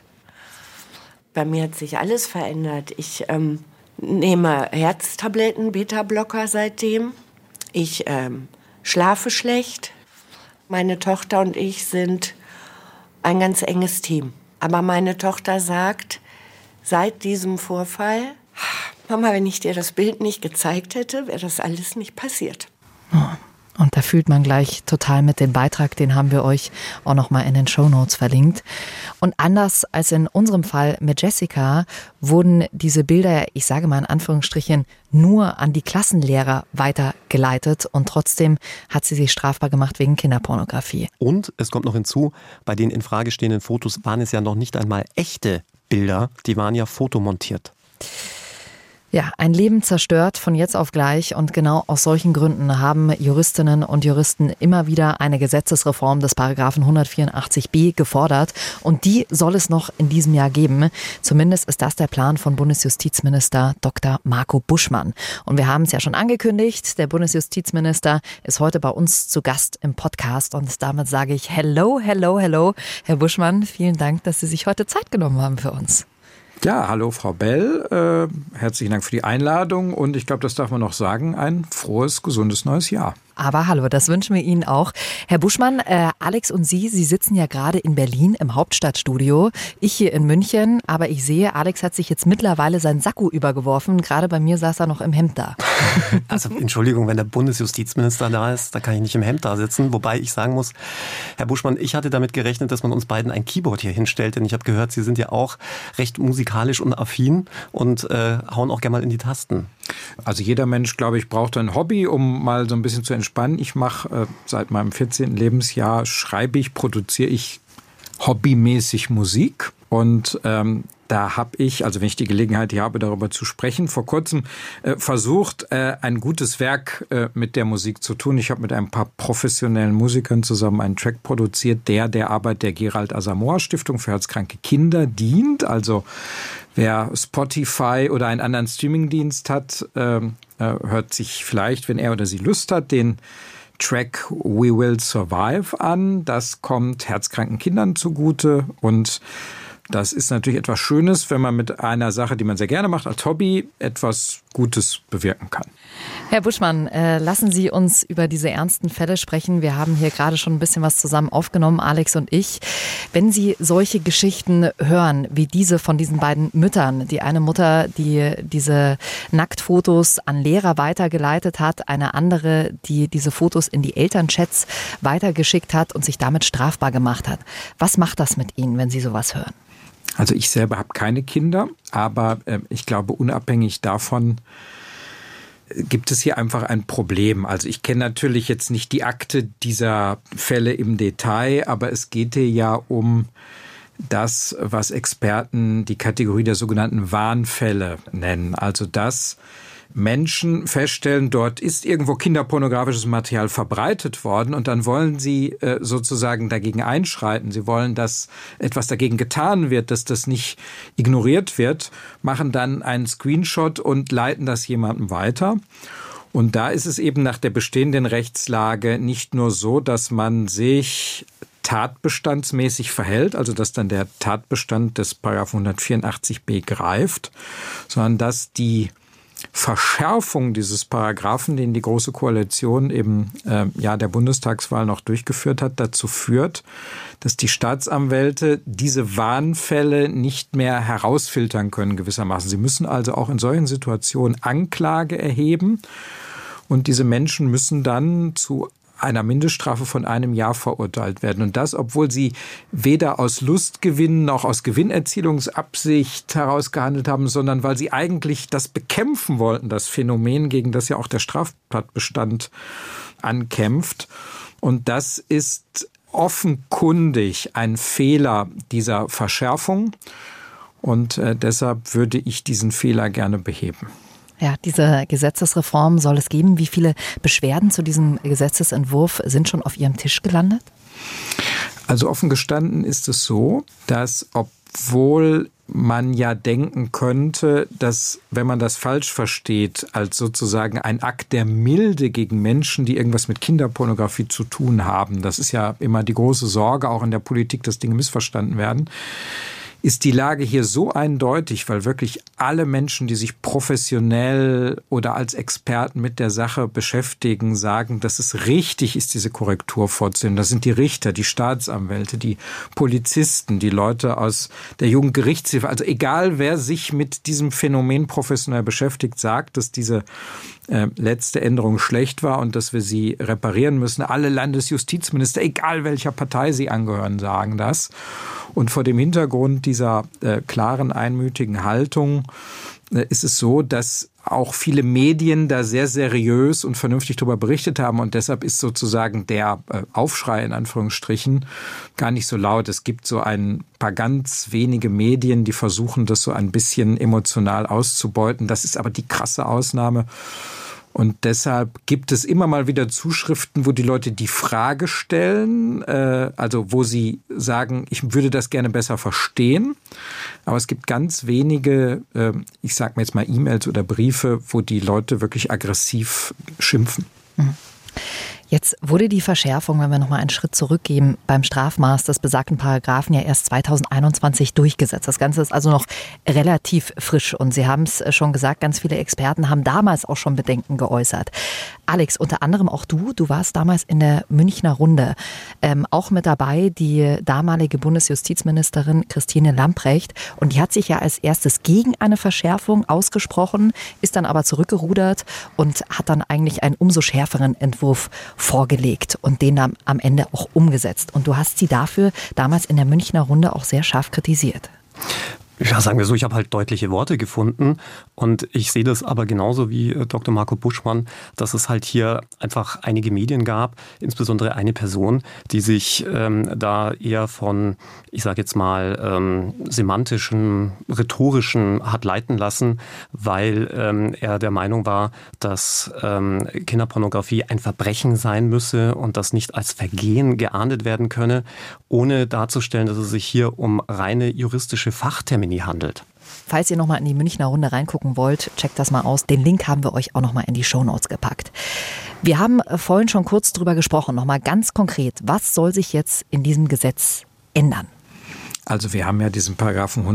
Bei mir hat sich alles verändert. Ich nehme Herztabletten, Beta-Blocker seitdem. Ich schlafe schlecht. Meine Tochter und ich sind ein ganz enges Team. Aber meine Tochter sagt, seit diesem Vorfall: Mama, wenn ich dir das Bild nicht gezeigt hätte, wäre das alles nicht passiert. Und da fühlt man gleich total mit dem Beitrag, den haben wir euch auch noch mal in den Shownotes verlinkt. Und anders als in unserem Fall mit Jessica wurden diese Bilder, ich sage mal in Anführungsstrichen, nur an die Klassenlehrer weitergeleitet und trotzdem hat sie sich strafbar gemacht wegen Kinderpornografie. Und es kommt noch hinzu, bei den in Frage stehenden Fotos waren es ja noch nicht einmal echte Bilder, die waren ja fotomontiert. Ja, ein Leben zerstört von jetzt auf gleich und genau aus solchen Gründen haben Juristinnen und Juristen immer wieder eine Gesetzesreform des Paragraphen 184b gefordert und die soll es noch in diesem Jahr geben. Zumindest ist das der Plan von Bundesjustizminister Dr. Marco Buschmann. Und wir haben es ja schon angekündigt, der Bundesjustizminister ist heute bei uns zu Gast im Podcast und damit sage ich hello, hello, hello. Herr Buschmann, vielen Dank, dass Sie sich heute Zeit genommen haben für uns. Ja, hallo Frau Bell, herzlichen Dank für die Einladung und ich glaube, das darf man noch sagen, ein frohes, gesundes neues Jahr. Aber hallo, das wünschen wir Ihnen auch. Herr Buschmann, Alex und Sie sitzen ja gerade in Berlin im Hauptstadtstudio. Ich hier in München, aber ich sehe, Alex hat sich jetzt mittlerweile sein Sakko übergeworfen. Gerade bei mir saß er noch im Hemd da. Also Entschuldigung, wenn der Bundesjustizminister da ist, da kann ich nicht im Hemd da sitzen. Wobei ich sagen muss, Herr Buschmann, ich hatte damit gerechnet, dass man uns beiden ein Keyboard hier hinstellt. Denn ich habe gehört, Sie sind ja auch recht musikalisch und affin und hauen auch gerne mal in die Tasten. Also jeder Mensch, glaube ich, braucht ein Hobby, um mal so ein bisschen zu entspannen. Ich mache seit meinem 14. Lebensjahr, produziere ich hobbymäßig Musik. Und da habe ich, also wenn ich die Gelegenheit hier habe, darüber zu sprechen, vor kurzem versucht, ein gutes Werk mit der Musik zu tun. Ich habe mit ein paar professionellen Musikern zusammen einen Track produziert, der Arbeit der Gerald Asamoah Stiftung für herzkranke Kinder dient. Also wer Spotify oder einen anderen Streamingdienst hat, hört sich vielleicht, wenn er oder sie Lust hat, den Track We Will Survive an. Das kommt herzkranken Kindern zugute und das ist natürlich etwas Schönes, wenn man mit einer Sache, die man sehr gerne macht, als Hobby, etwas Gutes bewirken kann. Herr Buschmann, lassen Sie uns über diese ernsten Fälle sprechen. Wir haben hier gerade schon ein bisschen was zusammen aufgenommen, Alex und ich. Wenn Sie solche Geschichten hören, wie diese von diesen beiden Müttern, die eine Mutter, die diese Nacktfotos an Lehrer weitergeleitet hat, eine andere, die diese Fotos in die Elternchats weitergeschickt hat und sich damit strafbar gemacht hat. Was macht das mit Ihnen, wenn Sie sowas hören? Also ich selber habe keine Kinder, aber ich glaube, unabhängig davon gibt es hier einfach ein Problem. Also ich kenne natürlich jetzt nicht die Akte dieser Fälle im Detail, aber es geht hier ja um das, was Experten die Kategorie der sogenannten Warnfälle nennen. Also dass Menschen feststellen, dort ist irgendwo kinderpornografisches Material verbreitet worden und dann wollen sie sozusagen dagegen einschreiten. Sie wollen, dass etwas dagegen getan wird, dass das nicht ignoriert wird, machen dann einen Screenshot und leiten das jemandem weiter. Und da ist es eben nach der bestehenden Rechtslage nicht nur so, dass man sich tatbestandsmäßig verhält, also dass dann der Tatbestand des Paragraphen 184b greift, sondern dass die Verschärfung dieses Paragraphen, den die Große Koalition eben der Bundestagswahl noch durchgeführt hat, dazu führt, dass die Staatsanwälte diese Warnfälle nicht mehr herausfiltern können gewissermaßen. Sie müssen also auch in solchen Situationen Anklage erheben und diese Menschen müssen dann zu einer Mindeststrafe von 1 Jahr verurteilt werden. Und das, obwohl sie weder aus Lustgewinn noch aus Gewinnerzielungsabsicht heraus gehandelt haben, sondern weil sie eigentlich das bekämpfen wollten, das Phänomen, gegen das ja auch der Straftatbestand ankämpft. Und das ist offenkundig ein Fehler dieser Verschärfung. Und deshalb würde ich diesen Fehler gerne beheben. Ja, diese Gesetzesreform soll es geben. Wie viele Beschwerden zu diesem Gesetzesentwurf sind schon auf Ihrem Tisch gelandet? Also offen gestanden ist es so, dass obwohl man ja denken könnte, dass, wenn man das falsch versteht, als sozusagen ein Akt der Milde gegen Menschen, die irgendwas mit Kinderpornografie zu tun haben, das ist ja immer die große Sorge, auch in der Politik, dass Dinge missverstanden werden, ist die Lage hier so eindeutig, weil wirklich alle Menschen, die sich professionell oder als Experten mit der Sache beschäftigen, sagen, dass es richtig ist, diese Korrektur vorzunehmen. Das sind die Richter, die Staatsanwälte, die Polizisten, die Leute aus der Jugendgerichtshilfe. Also egal, wer sich mit diesem Phänomen professionell beschäftigt, sagt, dass diese letzte Änderung schlecht war und dass wir sie reparieren müssen. Alle Landesjustizminister, egal welcher Partei sie angehören, sagen das. Und vor dem Hintergrund dieser klaren, einmütigen Haltung ist es so, dass auch viele Medien da sehr seriös und vernünftig darüber berichtet haben und deshalb ist sozusagen der Aufschrei in Anführungsstrichen gar nicht so laut. Es gibt so ein paar ganz wenige Medien, die versuchen, das so ein bisschen emotional auszubeuten. Das ist aber die krasse Ausnahme. Und deshalb gibt es immer mal wieder Zuschriften, wo die Leute die Frage stellen, also wo sie sagen, ich würde das gerne besser verstehen. Aber es gibt ganz wenige, ich sage mir jetzt mal E-Mails oder Briefe, wo die Leute wirklich aggressiv schimpfen. Jetzt wurde die Verschärfung, wenn wir nochmal einen Schritt zurückgehen, beim Strafmaß des besagten Paragraphen ja erst 2021 durchgesetzt. Das Ganze ist also noch relativ frisch und Sie haben es schon gesagt, ganz viele Experten haben damals auch schon Bedenken geäußert. Alex, unter anderem auch du warst damals in der Münchner Runde auch mit dabei, die damalige Bundesjustizministerin Christine Lambrecht und die hat sich ja als erstes gegen eine Verschärfung ausgesprochen, ist dann aber zurückgerudert und hat dann eigentlich einen umso schärferen Entwurf vorgelegt und den dann am Ende auch umgesetzt. Und du hast sie dafür damals in der Münchner Runde auch sehr scharf kritisiert. Ja, sagen wir so, ich habe halt deutliche Worte gefunden und ich sehe das aber genauso wie Dr. Marco Buschmann, dass es halt hier einfach einige Medien gab, insbesondere eine Person, die sich da eher von, ich sage jetzt mal, semantischen, rhetorischen hat leiten lassen, weil er der Meinung war, dass Kinderpornografie ein Verbrechen sein müsse und das nicht als Vergehen geahndet werden könne, ohne darzustellen, dass es sich hier um reine juristische Fachterminologie handelt. Falls ihr nochmal in die Münchner Runde reingucken wollt, checkt das mal aus. Den Link haben wir euch auch nochmal in die Shownotes gepackt. Wir haben vorhin schon kurz drüber gesprochen, nochmal ganz konkret. Was soll sich jetzt in diesem Gesetz ändern? Also wir haben ja diesen Paragraphen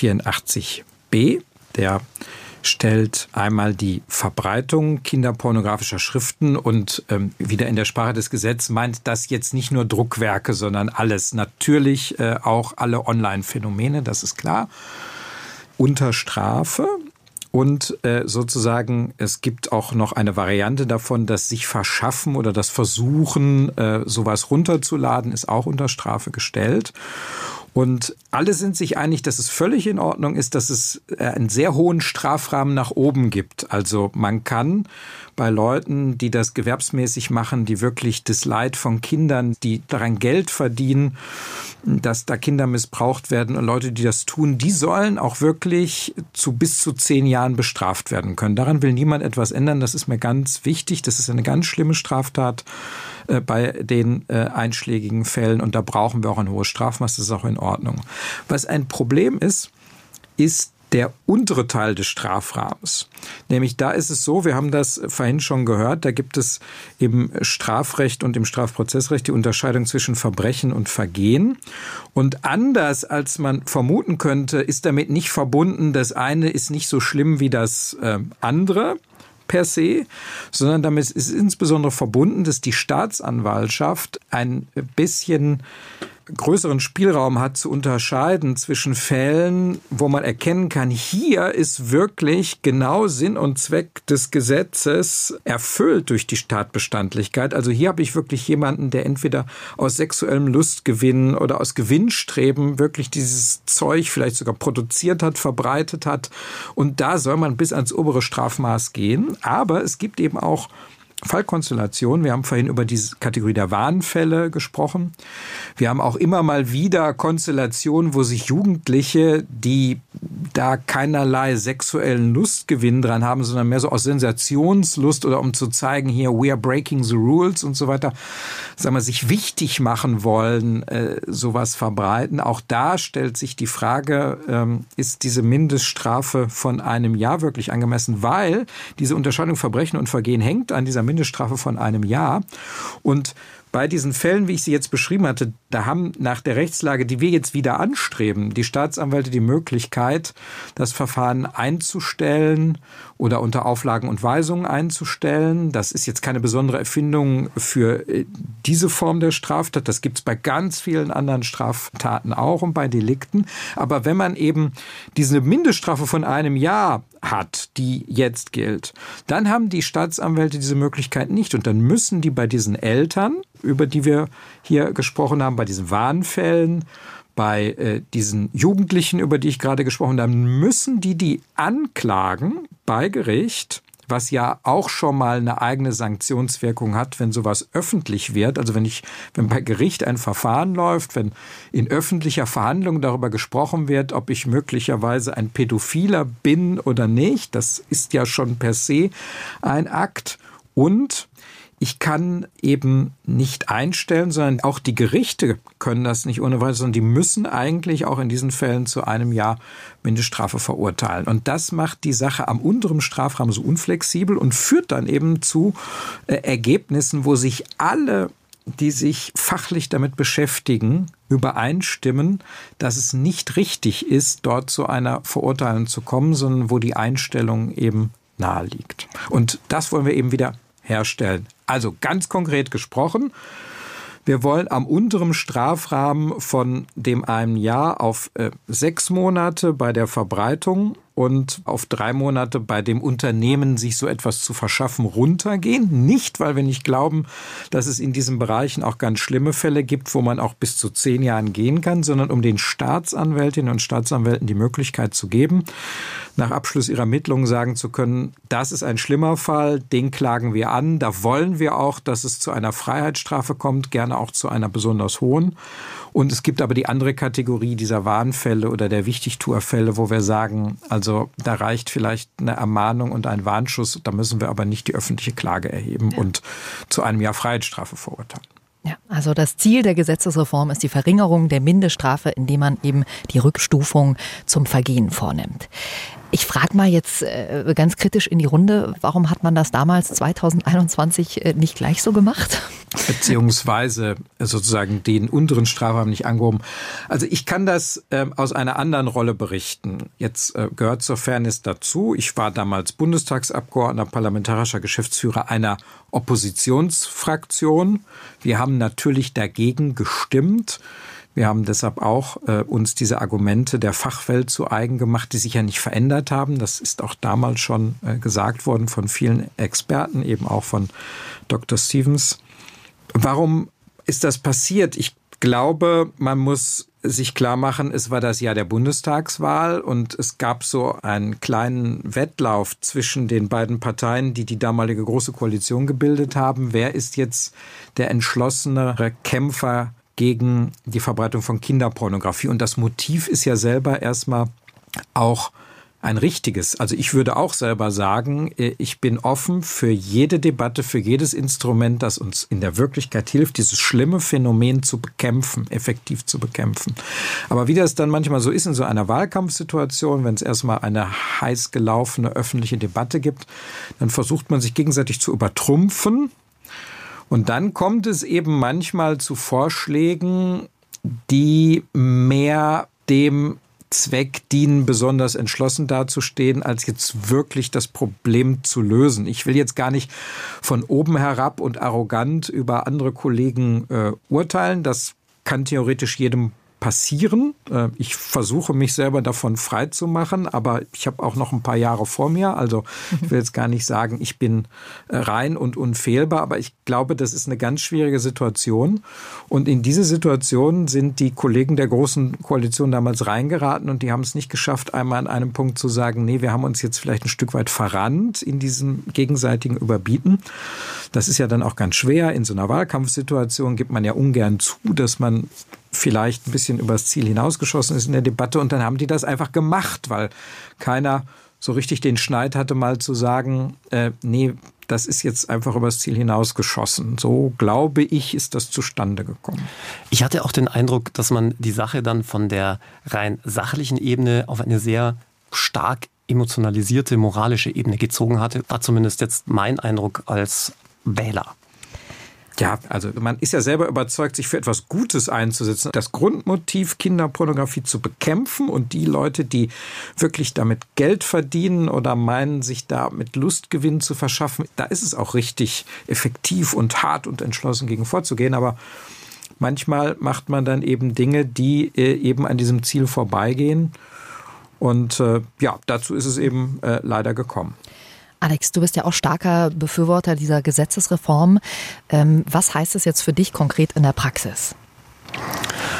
184b, der stellt einmal die Verbreitung kinderpornografischer Schriften und wieder in der Sprache des Gesetzes meint das jetzt nicht nur Druckwerke, sondern alles. Natürlich auch alle Online-Phänomene, das ist klar, unter Strafe. Und sozusagen, es gibt auch noch eine Variante davon, dass sich verschaffen oder das Versuchen, sowas runterzuladen, ist auch unter Strafe gestellt. Und alle sind sich einig, dass es völlig in Ordnung ist, dass es einen sehr hohen Strafrahmen nach oben gibt. Also man kann bei Leuten, die das gewerbsmäßig machen, die wirklich das Leid von Kindern, die daran Geld verdienen, dass da Kinder missbraucht werden und Leute, die das tun, die sollen auch wirklich bis zu 10 Jahren bestraft werden können. Daran will niemand etwas ändern. Das ist mir ganz wichtig. Das ist eine ganz schlimme Straftat bei den einschlägigen Fällen und da brauchen wir auch ein hohes Strafmaß. Das ist auch in Ordnung. Was ein Problem ist der untere Teil des Strafrahmens. Nämlich da ist es so, wir haben das vorhin schon gehört, da gibt es im Strafrecht und im Strafprozessrecht die Unterscheidung zwischen Verbrechen und Vergehen. Und anders als man vermuten könnte, ist damit nicht verbunden, das eine ist nicht so schlimm wie das andere per se, sondern damit ist insbesondere verbunden, dass die Staatsanwaltschaft ein bisschen größeren Spielraum hat zu unterscheiden zwischen Fällen, wo man erkennen kann, hier ist wirklich genau Sinn und Zweck des Gesetzes erfüllt durch die Tatbestandlichkeit. Also hier habe ich wirklich jemanden, der entweder aus sexuellem Lustgewinn oder aus Gewinnstreben wirklich dieses Zeug vielleicht sogar produziert hat, verbreitet hat. Und da soll man bis ans obere Strafmaß gehen. Aber es gibt eben auch Fallkonstellation. Wir haben vorhin über diese Kategorie der Warnfälle gesprochen. Wir haben auch immer mal wieder Konstellationen, wo sich Jugendliche, die da keinerlei sexuellen Lustgewinn dran haben, sondern mehr so aus Sensationslust oder um zu zeigen, hier, we are breaking the rules und so weiter, sagen wir, sich wichtig machen wollen, sowas verbreiten. Auch da stellt sich die Frage, ist diese Mindeststrafe von 1 Jahr wirklich angemessen? Weil diese Unterscheidung Verbrechen und Vergehen hängt an dieser Mindeststrafe von 1 Jahr. Und bei diesen Fällen, wie ich sie jetzt beschrieben hatte, da haben nach der Rechtslage, die wir jetzt wieder anstreben, die Staatsanwälte die Möglichkeit, das Verfahren einzustellen oder unter Auflagen und Weisungen einzustellen. Das ist jetzt keine besondere Erfindung für diese Form der Straftat. Das gibt es bei ganz vielen anderen Straftaten auch und bei Delikten. Aber wenn man eben diese Mindeststrafe von 1 Jahr hat, die jetzt gilt, dann haben die Staatsanwälte diese Möglichkeit nicht. Und dann müssen die bei diesen Eltern, über die wir hier gesprochen haben, bei diesen Warnfällen, bei diesen Jugendlichen, über die ich gerade gesprochen habe, müssen die anklagen bei Gericht, was ja auch schon mal eine eigene Sanktionswirkung hat, wenn sowas öffentlich wird. Also wenn bei Gericht ein Verfahren läuft, wenn in öffentlicher Verhandlung darüber gesprochen wird, ob ich möglicherweise ein Pädophiler bin oder nicht, das ist ja schon per se ein Akt. Und ich kann eben nicht einstellen, sondern auch die Gerichte können das nicht ohne weiteres, sondern die müssen eigentlich auch in diesen Fällen zu 1 Jahr Mindeststrafe verurteilen. Und das macht die Sache am unteren Strafrahmen so unflexibel und führt dann eben zu Ergebnissen, wo sich alle, die sich fachlich damit beschäftigen, übereinstimmen, dass es nicht richtig ist, dort zu einer Verurteilung zu kommen, sondern wo die Einstellung eben nahe liegt. Und das wollen wir eben wieder herstellen. Also ganz konkret gesprochen, wir wollen am unteren Strafrahmen von dem 1 Jahr auf 6 Monate bei der Verbreitung und auf 3 Monate bei dem Unternehmen, sich so etwas zu verschaffen, runtergehen. Nicht, weil wir nicht glauben, dass es in diesen Bereichen auch ganz schlimme Fälle gibt, wo man auch bis zu 10 Jahren gehen kann, sondern um den Staatsanwältinnen und Staatsanwälten die Möglichkeit zu geben, nach Abschluss ihrer Ermittlungen sagen zu können, das ist ein schlimmer Fall, den klagen wir an. Da wollen wir auch, dass es zu einer Freiheitsstrafe kommt, gerne auch zu einer besonders hohen. Und es gibt aber die andere Kategorie dieser Warnfälle oder der Wichtigtuerfälle, wo wir sagen, also da reicht vielleicht eine Ermahnung und ein Warnschuss, da müssen wir aber nicht die öffentliche Klage erheben und zu 1 Jahr Freiheitsstrafe verurteilen. Ja, also das Ziel der Gesetzesreform ist die Verringerung der Mindeststrafe, indem man eben die Rückstufung zum Vergehen vornimmt. Ich frage mal jetzt ganz kritisch in die Runde, warum hat man das damals 2021 nicht gleich so gemacht? Beziehungsweise sozusagen den unteren Strafrahmen nicht angehoben. Also ich kann das aus einer anderen Rolle berichten. Jetzt gehört zur Fairness dazu. Ich war damals Bundestagsabgeordneter, parlamentarischer Geschäftsführer einer Oppositionsfraktion. Wir haben natürlich dagegen gestimmt. Wir haben deshalb auch uns diese Argumente der Fachwelt zu eigen gemacht, die sich ja nicht verändert haben. Das ist auch damals schon gesagt worden von vielen Experten, eben auch von Dr. Stevens. Warum ist das passiert? Ich glaube, man muss sich klar machen, es war das Jahr der Bundestagswahl und es gab so einen kleinen Wettlauf zwischen den beiden Parteien, die damalige Große Koalition gebildet haben. Wer ist jetzt der entschlossenere Kämpfer gegen die Verbreitung von Kinderpornografie? Und das Motiv ist ja selber erstmal auch ein richtiges. Also ich würde auch selber sagen, ich bin offen für jede Debatte, für jedes Instrument, das uns in der Wirklichkeit hilft, dieses schlimme Phänomen zu bekämpfen, effektiv zu bekämpfen. Aber wie das dann manchmal so ist in so einer Wahlkampfsituation, wenn es erstmal eine heiß gelaufene öffentliche Debatte gibt, dann versucht man sich gegenseitig zu übertrumpfen. Und dann kommt es eben manchmal zu Vorschlägen, die mehr dem Zweck dienen, besonders entschlossen dazustehen, als jetzt wirklich das Problem zu lösen. Ich will jetzt gar nicht von oben herab und arrogant über andere Kollegen urteilen. Das kann theoretisch jedem passieren. Ich versuche mich selber davon frei zu machen, aber ich habe auch noch ein paar Jahre vor mir. Also ich will jetzt gar nicht sagen, ich bin rein und unfehlbar, aber ich glaube, das ist eine ganz schwierige Situation. Und in diese Situation sind die Kollegen der Großen Koalition damals reingeraten und die haben es nicht geschafft, einmal an einem Punkt zu sagen, nee, wir haben uns jetzt vielleicht ein Stück weit verrannt in diesem gegenseitigen Überbieten. Das ist ja dann auch ganz schwer. In so einer Wahlkampfsituation gibt man ja ungern zu, dass man vielleicht ein bisschen übers Ziel hinausgeschossen ist in der Debatte. Und dann haben die das einfach gemacht, weil keiner so richtig den Schneid hatte, mal zu sagen, nee, das ist jetzt einfach übers Ziel hinausgeschossen. So, glaube ich, ist das zustande gekommen. Ich hatte auch den Eindruck, dass man die Sache dann von der rein sachlichen Ebene auf eine sehr stark emotionalisierte, moralische Ebene gezogen hatte. War zumindest jetzt mein Eindruck als Wähler. Ja, also man ist ja selber überzeugt, sich für etwas Gutes einzusetzen. Das Grundmotiv, Kinderpornografie zu bekämpfen und die Leute, die wirklich damit Geld verdienen oder meinen, sich da mit Lustgewinn zu verschaffen, da ist es auch richtig effektiv und hart und entschlossen gegen vorzugehen. Aber manchmal macht man dann eben Dinge, die eben an diesem Ziel vorbeigehen. Und ja, dazu ist es eben leider gekommen. Alex, du bist ja auch starker Befürworter dieser Gesetzesreform. Was heißt es jetzt für dich konkret in der Praxis?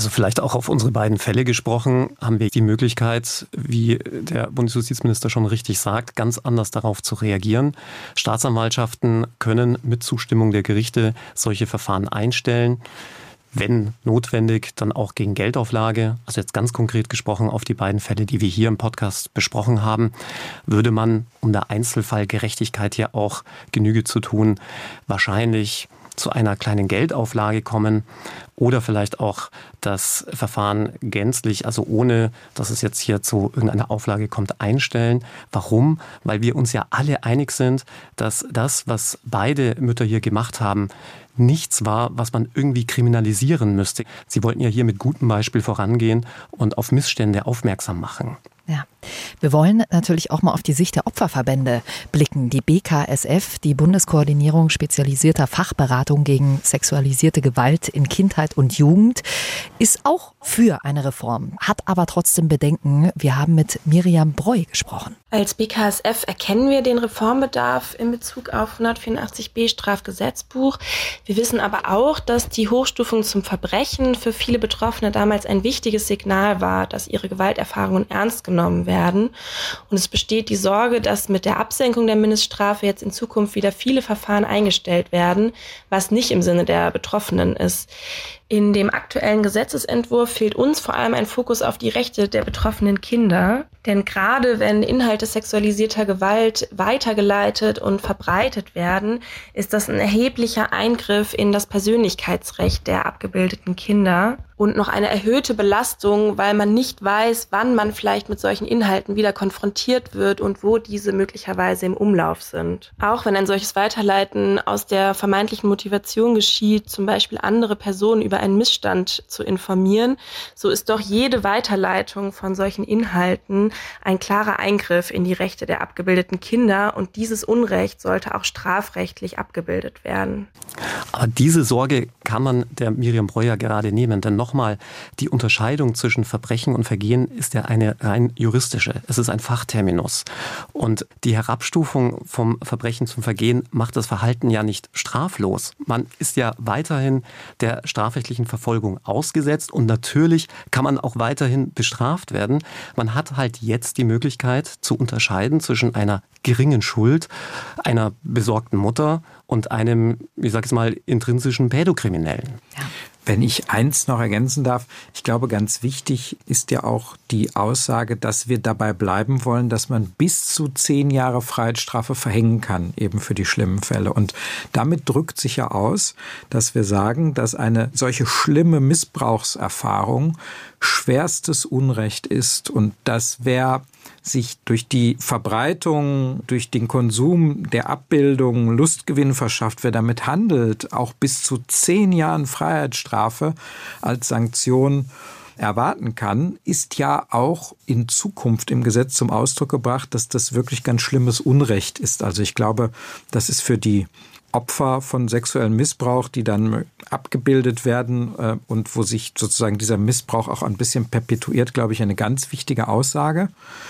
Also vielleicht auch auf unsere beiden Fälle gesprochen, haben wir die Möglichkeit, wie der Bundesjustizminister schon richtig sagt, ganz anders darauf zu reagieren. Staatsanwaltschaften können mit Zustimmung der Gerichte solche Verfahren einstellen. Wenn notwendig, dann auch gegen Geldauflage. Also jetzt ganz konkret gesprochen auf die beiden Fälle, die wir hier im Podcast besprochen haben, würde man, um der Einzelfallgerechtigkeit hier auch Genüge zu tun, wahrscheinlich zu einer kleinen Geldauflage kommen oder vielleicht auch das Verfahren gänzlich, also ohne, dass es jetzt hier zu irgendeiner Auflage kommt, einstellen. Warum? Weil wir uns ja alle einig sind, dass das, was beide Mütter hier gemacht haben, nichts war, was man irgendwie kriminalisieren müsste. Sie wollten ja hier mit gutem Beispiel vorangehen und auf Missstände aufmerksam machen. Ja, wir wollen natürlich auch mal auf die Sicht der Opferverbände blicken. Die BKSF, die Bundeskoordinierung spezialisierter Fachberatung gegen sexualisierte Gewalt in Kindheit und Jugend, ist auch für eine Reform, hat aber trotzdem Bedenken. Wir haben mit Miriam Breu gesprochen. Als BKSF erkennen wir den Reformbedarf in Bezug auf 184b Strafgesetzbuch. Wir wissen aber auch, dass die Hochstufung zum Verbrechen für viele Betroffene damals ein wichtiges Signal war, dass ihre Gewalterfahrungen ernst genommen werden. Und es besteht die Sorge, dass mit der Absenkung der Mindeststrafe jetzt in Zukunft wieder viele Verfahren eingestellt werden, was nicht im Sinne der Betroffenen ist. In dem aktuellen Gesetzesentwurf fehlt uns vor allem ein Fokus auf die Rechte der betroffenen Kinder. Denn gerade wenn Inhalte sexualisierter Gewalt weitergeleitet und verbreitet werden, ist das ein erheblicher Eingriff in das Persönlichkeitsrecht der abgebildeten Kinder und noch eine erhöhte Belastung, weil man nicht weiß, wann man vielleicht mit solchen Inhalten wieder konfrontiert wird und wo diese möglicherweise im Umlauf sind. Auch wenn ein solches Weiterleiten aus der vermeintlichen Motivation geschieht, zum Beispiel andere Personen über einen Missstand zu informieren, so ist doch jede Weiterleitung von solchen Inhalten ein klarer Eingriff in die Rechte der abgebildeten Kinder und dieses Unrecht sollte auch strafrechtlich abgebildet werden. Aber diese Sorge kann man der Miriam Breu ja gerade nehmen, denn nochmal, die Unterscheidung zwischen Verbrechen und Vergehen ist ja eine rein juristische. Es ist ein Fachterminus. Und die Herabstufung vom Verbrechen zum Vergehen macht das Verhalten ja nicht straflos. Man ist ja weiterhin der strafrechtlichen Verfolgung ausgesetzt und natürlich kann man auch weiterhin bestraft werden. Man hat halt jetzt die Möglichkeit zu unterscheiden zwischen einer geringen Schuld, einer besorgten Mutter und einem, ich sage es mal, intrinsischen Pädokriminellen. Ja. Wenn ich eins noch ergänzen darf, ich glaube, ganz wichtig ist ja auch die Aussage, dass wir dabei bleiben wollen, dass man bis zu 10 Jahre Freiheitsstrafe verhängen kann, eben für die schlimmen Fälle. Und damit drückt sich ja aus, dass wir sagen, dass eine solche schlimme Missbrauchserfahrung schwerstes Unrecht ist und dass wer sich durch die Verbreitung, durch den Konsum der Abbildung Lustgewinn verschafft, wer damit handelt, auch bis zu 10 Jahren Freiheitsstrafe als Sanktion erwarten kann, ist ja auch in Zukunft im Gesetz zum Ausdruck gebracht, dass das wirklich ganz schlimmes Unrecht ist. Also ich glaube, das ist für die Opfer von sexuellem Missbrauch, die dann abgebildet werden und wo sich sozusagen dieser Missbrauch auch ein bisschen perpetuiert, glaube ich, eine ganz wichtige Aussage.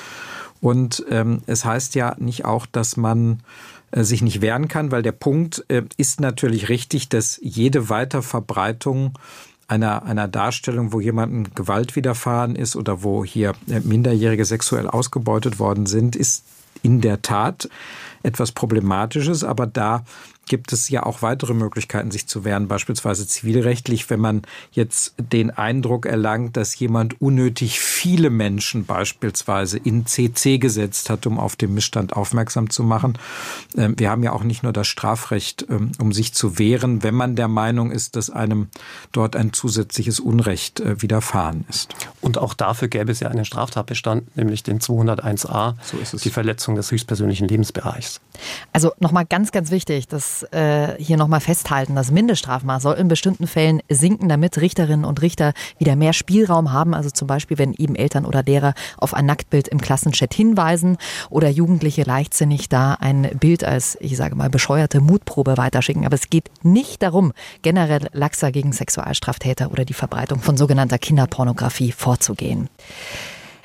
Und es heißt ja nicht auch, dass man sich nicht wehren kann, weil der Punkt ist natürlich richtig, dass jede Weiterverbreitung einer Darstellung, wo jemandem Gewalt widerfahren ist oder wo hier Minderjährige sexuell ausgebeutet worden sind, ist in der Tat etwas Problematisches, aber da gibt es ja auch weitere Möglichkeiten, sich zu wehren, beispielsweise zivilrechtlich, wenn man jetzt den Eindruck erlangt, dass jemand unnötig viele Menschen beispielsweise in CC gesetzt hat, um auf den Missstand aufmerksam zu machen. Wir haben ja auch nicht nur das Strafrecht, um sich zu wehren, wenn man der Meinung ist, dass einem dort ein zusätzliches Unrecht widerfahren ist. Und auch dafür gäbe es ja einen Straftatbestand, nämlich den 201a, so ist es. Die Verletzung des höchstpersönlichen Lebensbereichs. Also nochmal ganz, ganz wichtig, dass hier nochmal festhalten, das Mindeststrafmaß soll in bestimmten Fällen sinken, damit Richterinnen und Richter wieder mehr Spielraum haben. Also zum Beispiel, wenn eben Eltern oder Lehrer auf ein Nacktbild im Klassenchat hinweisen oder Jugendliche leichtsinnig da ein Bild als, ich sage mal, bescheuerte Mutprobe weiterschicken. Aber es geht nicht darum, generell laxer gegen Sexualstraftäter oder die Verbreitung von sogenannter Kinderpornografie vorzugehen.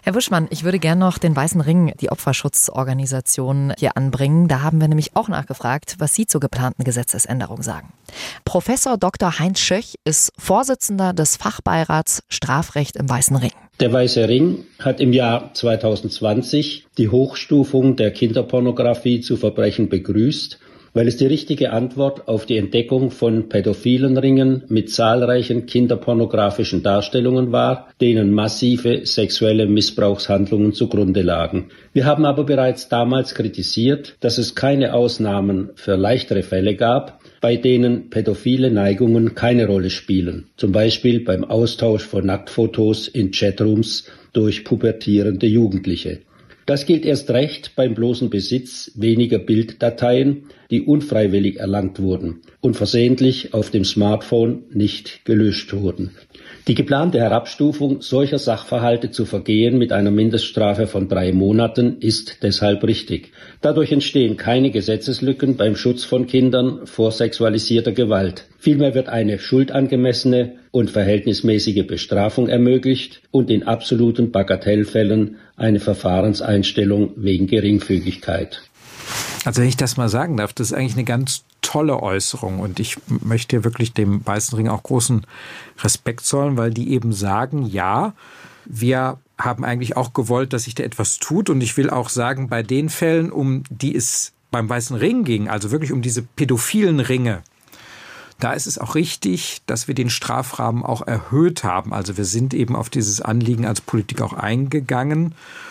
Herr Buschmann, ich würde gerne noch den Weißen Ring, die Opferschutzorganisation, hier anbringen. Da haben wir nämlich auch nachgefragt, was Sie zur geplanten Gesetzesänderung sagen. Professor Dr. Heinz Schöch ist Vorsitzender des Fachbeirats Strafrecht im Weißen Ring. Der Weiße Ring hat im Jahr 2020 die Hochstufung der Kinderpornografie zu Verbrechen begrüßt, weil es die richtige Antwort auf die Entdeckung von pädophilen Ringen mit zahlreichen kinderpornografischen Darstellungen war, denen massive sexuelle Missbrauchshandlungen zugrunde lagen. Wir haben aber bereits damals kritisiert, dass es keine Ausnahmen für leichtere Fälle gab, bei denen pädophile Neigungen keine Rolle spielen, zum Beispiel beim Austausch von Nacktfotos in Chatrooms durch pubertierende Jugendliche. Das gilt erst recht beim bloßen Besitz weniger Bilddateien, die unfreiwillig erlangt wurden und versehentlich auf dem Smartphone nicht gelöscht wurden. Die geplante Herabstufung solcher Sachverhalte zu Vergehen mit einer Mindeststrafe von 3 Monaten ist deshalb richtig. Dadurch entstehen keine Gesetzeslücken beim Schutz von Kindern vor sexualisierter Gewalt. Vielmehr wird eine schuldangemessene und verhältnismäßige Bestrafung ermöglicht und in absoluten Bagatellfällen eine Verfahrenseinstellung wegen Geringfügigkeit. Also wenn ich das mal sagen darf, das ist eigentlich eine ganz tolle Äußerung und ich möchte wirklich dem Weißen Ring auch großen Respekt zollen, weil die eben sagen, ja, wir haben eigentlich auch gewollt, dass sich da etwas tut und ich will auch sagen, bei den Fällen, um die es beim Weißen Ring ging, also wirklich um diese pädophilen Ringe, da ist es auch richtig, dass wir den Strafrahmen auch erhöht haben. Also wir sind eben auf dieses Anliegen als Politik auch eingegangen.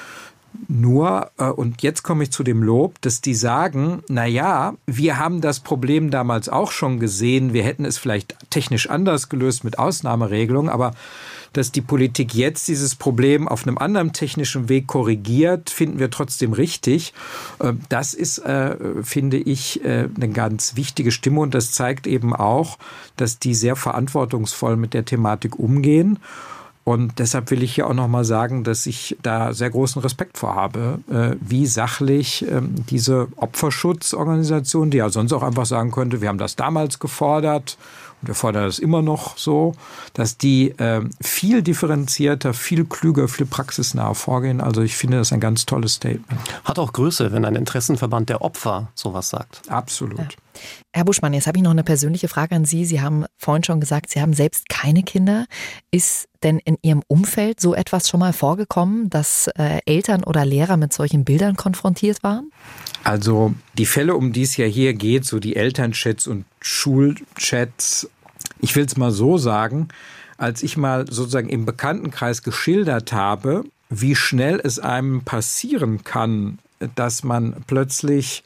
Nur, und jetzt komme ich zu dem Lob, dass die sagen, na ja, wir haben das Problem damals auch schon gesehen, wir hätten es vielleicht technisch anders gelöst mit Ausnahmeregelungen, aber dass die Politik jetzt dieses Problem auf einem anderen technischen Weg korrigiert, finden wir trotzdem richtig. Das ist, finde ich, eine ganz wichtige Stimme und das zeigt eben auch, dass die sehr verantwortungsvoll mit der Thematik umgehen. Und deshalb will ich hier auch nochmal sagen, dass ich da sehr großen Respekt vor habe, wie sachlich diese Opferschutzorganisation, die ja sonst auch einfach sagen könnte, wir haben das damals gefordert und wir fordern das immer noch so, dass die viel differenzierter, viel klüger, viel praxisnah vorgehen. Also ich finde das ein ganz tolles Statement. Hat auch Größe, wenn ein Interessenverband der Opfer sowas sagt. Absolut. Ja. Herr Buschmann, jetzt habe ich noch eine persönliche Frage an Sie. Sie haben vorhin schon gesagt, Sie haben selbst keine Kinder. Ist denn in Ihrem Umfeld so etwas schon mal vorgekommen, dass Eltern oder Lehrer mit solchen Bildern konfrontiert waren? Also die Fälle, um die es ja hier geht, so die Elternchats und Schulchats, ich will es mal so sagen, als ich mal sozusagen im Bekanntenkreis geschildert habe, wie schnell es einem passieren kann, dass man plötzlich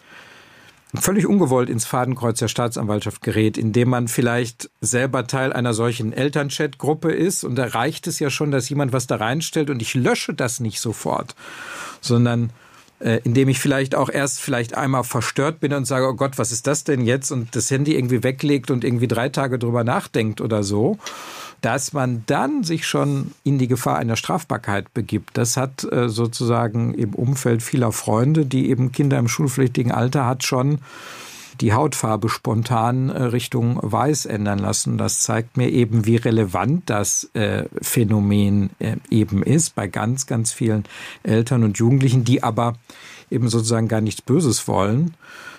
völlig ungewollt ins Fadenkreuz der Staatsanwaltschaft gerät, indem man vielleicht selber Teil einer solchen Elternchat-Gruppe ist. Und da reicht es ja schon, dass jemand was da reinstellt und ich lösche das nicht sofort, sondern indem ich vielleicht auch erst einmal verstört bin und sage, oh Gott, was ist das denn jetzt? Und das Handy irgendwie weglegt und irgendwie 3 Tage drüber nachdenkt oder so. Dass man dann sich schon in die Gefahr einer Strafbarkeit begibt, das hat sozusagen im Umfeld vieler Freunde, die eben Kinder im schulpflichtigen Alter hat, schon die Hautfarbe spontan Richtung Weiß ändern lassen. Das zeigt mir eben, wie relevant das Phänomen eben ist bei ganz, ganz vielen Eltern und Jugendlichen, die aber eben sozusagen gar nichts Böses wollen.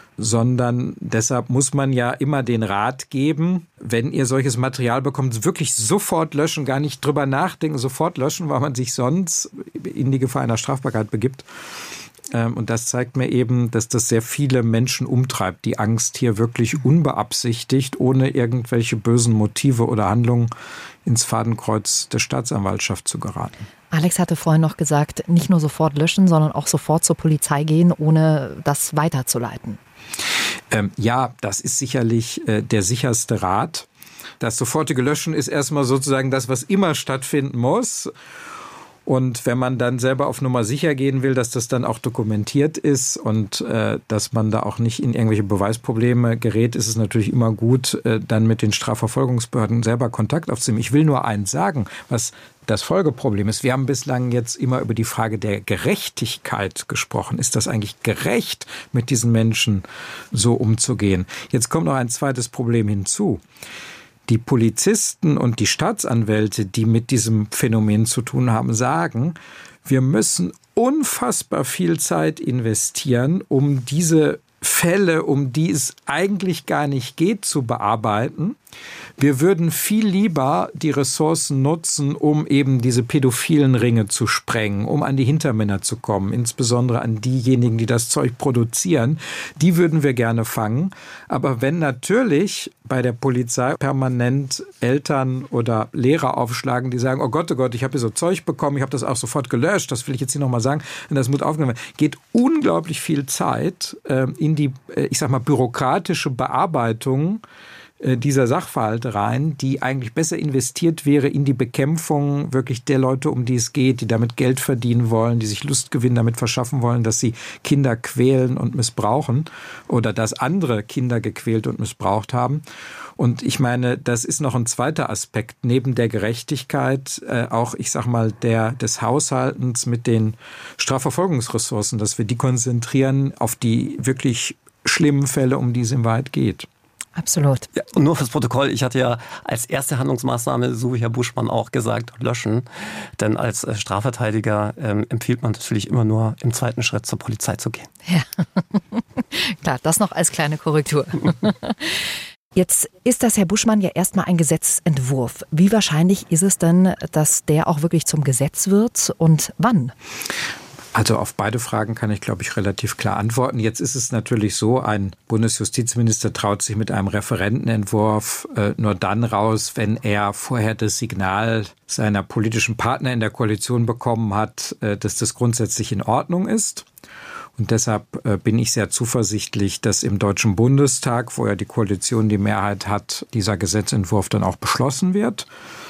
Sondern deshalb muss man ja immer den Rat geben, wenn ihr solches Material bekommt, wirklich sofort löschen, gar nicht drüber nachdenken, sofort löschen, weil man sich sonst in die Gefahr einer Strafbarkeit begibt. Und das zeigt mir eben, dass das sehr viele Menschen umtreibt, die Angst hier wirklich unbeabsichtigt, ohne irgendwelche bösen Motive oder Handlungen ins Fadenkreuz der Staatsanwaltschaft zu geraten. Alex hatte vorhin noch gesagt, nicht nur sofort löschen, sondern auch sofort zur Polizei gehen, ohne das weiterzuleiten. Ja, das ist sicherlich der sicherste Rat. Das sofortige Löschen ist erstmal sozusagen das, was immer stattfinden muss. Und wenn man dann selber auf Nummer sicher gehen will, dass das dann auch dokumentiert ist und dass man da auch nicht in irgendwelche Beweisprobleme gerät, ist es natürlich immer gut, dann mit den Strafverfolgungsbehörden selber Kontakt aufzunehmen. Ich will nur eins sagen, was das Folgeproblem ist. Wir haben bislang jetzt immer über die Frage der Gerechtigkeit gesprochen. Ist das eigentlich gerecht, mit diesen Menschen so umzugehen? Jetzt kommt noch ein zweites Problem hinzu. Die Polizisten und die Staatsanwälte, die mit diesem Phänomen zu tun haben, sagen, wir müssen unfassbar viel Zeit investieren, um diese Fälle, um die es eigentlich gar nicht geht, zu bearbeiten. Wir würden viel lieber die Ressourcen nutzen, um eben diese pädophilen Ringe zu sprengen, um an die Hintermänner zu kommen, insbesondere an diejenigen, die das Zeug produzieren. Die würden wir gerne fangen. Aber wenn natürlich bei der Polizei permanent Eltern oder Lehrer aufschlagen, die sagen, oh Gott, ich habe hier so Zeug bekommen, ich habe das auch sofort gelöscht, das will ich jetzt hier nochmal sagen, und das muss aufgenommen werden, geht unglaublich viel Zeit in die, ich sag mal, bürokratische Bearbeitung dieser Sachverhalte rein, die eigentlich besser investiert wäre in die Bekämpfung wirklich der Leute, um die es geht, die damit Geld verdienen wollen, die sich Lustgewinn damit verschaffen wollen, dass sie Kinder quälen und missbrauchen oder dass andere Kinder gequält und missbraucht haben. Und ich meine, das ist noch ein zweiter Aspekt neben der Gerechtigkeit, auch, ich sag mal, des Haushaltens mit den Strafverfolgungsressourcen, dass wir die konzentrieren auf die wirklich schlimmen Fälle, um die es in Wahrheit geht. Absolut. Ja, und nur fürs Protokoll, ich hatte ja als erste Handlungsmaßnahme, so wie Herr Buschmann auch gesagt, löschen. Denn als Strafverteidiger empfiehlt man natürlich immer nur im zweiten Schritt zur Polizei zu gehen. Ja, klar, das noch als kleine Korrektur. Jetzt ist das, Herr Buschmann, ja erstmal ein Gesetzentwurf. Wie wahrscheinlich ist es denn, dass der auch wirklich zum Gesetz wird und wann? Also auf beide Fragen kann ich, glaube ich, relativ klar antworten. Jetzt ist es natürlich so, ein Bundesjustizminister traut sich mit einem Referentenentwurf nur dann raus, wenn er vorher das Signal seiner politischen Partner in der Koalition bekommen hat, dass das grundsätzlich in Ordnung ist. Und deshalb bin ich sehr zuversichtlich, dass im Deutschen Bundestag, wo ja die Koalition die Mehrheit hat, dieser Gesetzentwurf dann auch beschlossen wird.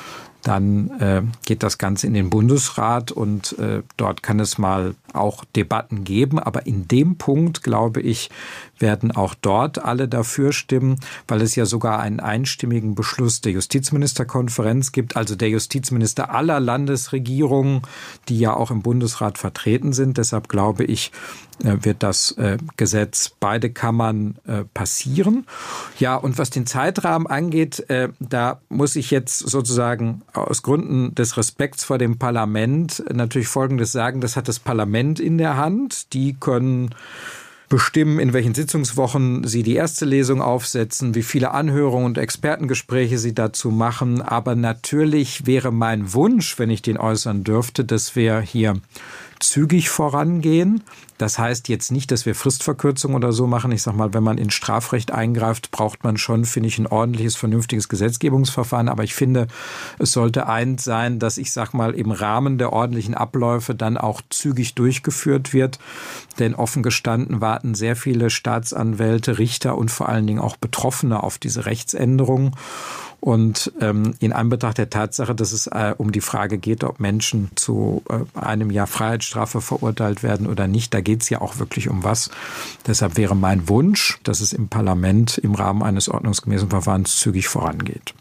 Dann geht das Ganze in den Bundesrat und dort kann es mal auch Debatten geben. Aber in dem Punkt, glaube ich, werden auch dort alle dafür stimmen, weil es ja sogar einen einstimmigen Beschluss der Justizministerkonferenz gibt, also der Justizminister aller Landesregierungen, die ja auch im Bundesrat vertreten sind. Deshalb glaube ich, wird das Gesetz beide Kammern passieren. Ja, und was den Zeitrahmen angeht, da muss ich jetzt sozusagen aus Gründen des Respekts vor dem Parlament natürlich Folgendes sagen. Das hat das Parlament in der Hand. Die können bestimmen, in welchen Sitzungswochen sie die erste Lesung aufsetzen, wie viele Anhörungen und Expertengespräche sie dazu machen. Aber natürlich wäre mein Wunsch, wenn ich den äußern dürfte, dass wir hier zügig vorangehen. Das heißt jetzt nicht, dass wir Fristverkürzung oder so machen. Ich sag mal, wenn man in Strafrecht eingreift, braucht man schon, finde ich, ein ordentliches, vernünftiges Gesetzgebungsverfahren. Aber ich finde, es sollte eins sein, dass, ich sag mal, im Rahmen der ordentlichen Abläufe dann auch zügig durchgeführt wird. Denn offen gestanden warten sehr viele Staatsanwälte, Richter und vor allen Dingen auch Betroffene auf diese Rechtsänderung. Und in Anbetracht der Tatsache, dass es um die Frage geht, ob Menschen zu einem Jahr Freiheitsstrafe verurteilt werden oder nicht, da geht es ja auch wirklich um was. Deshalb wäre mein Wunsch, dass es im Parlament im Rahmen eines ordnungsgemäßen Verfahrens zügig vorangeht.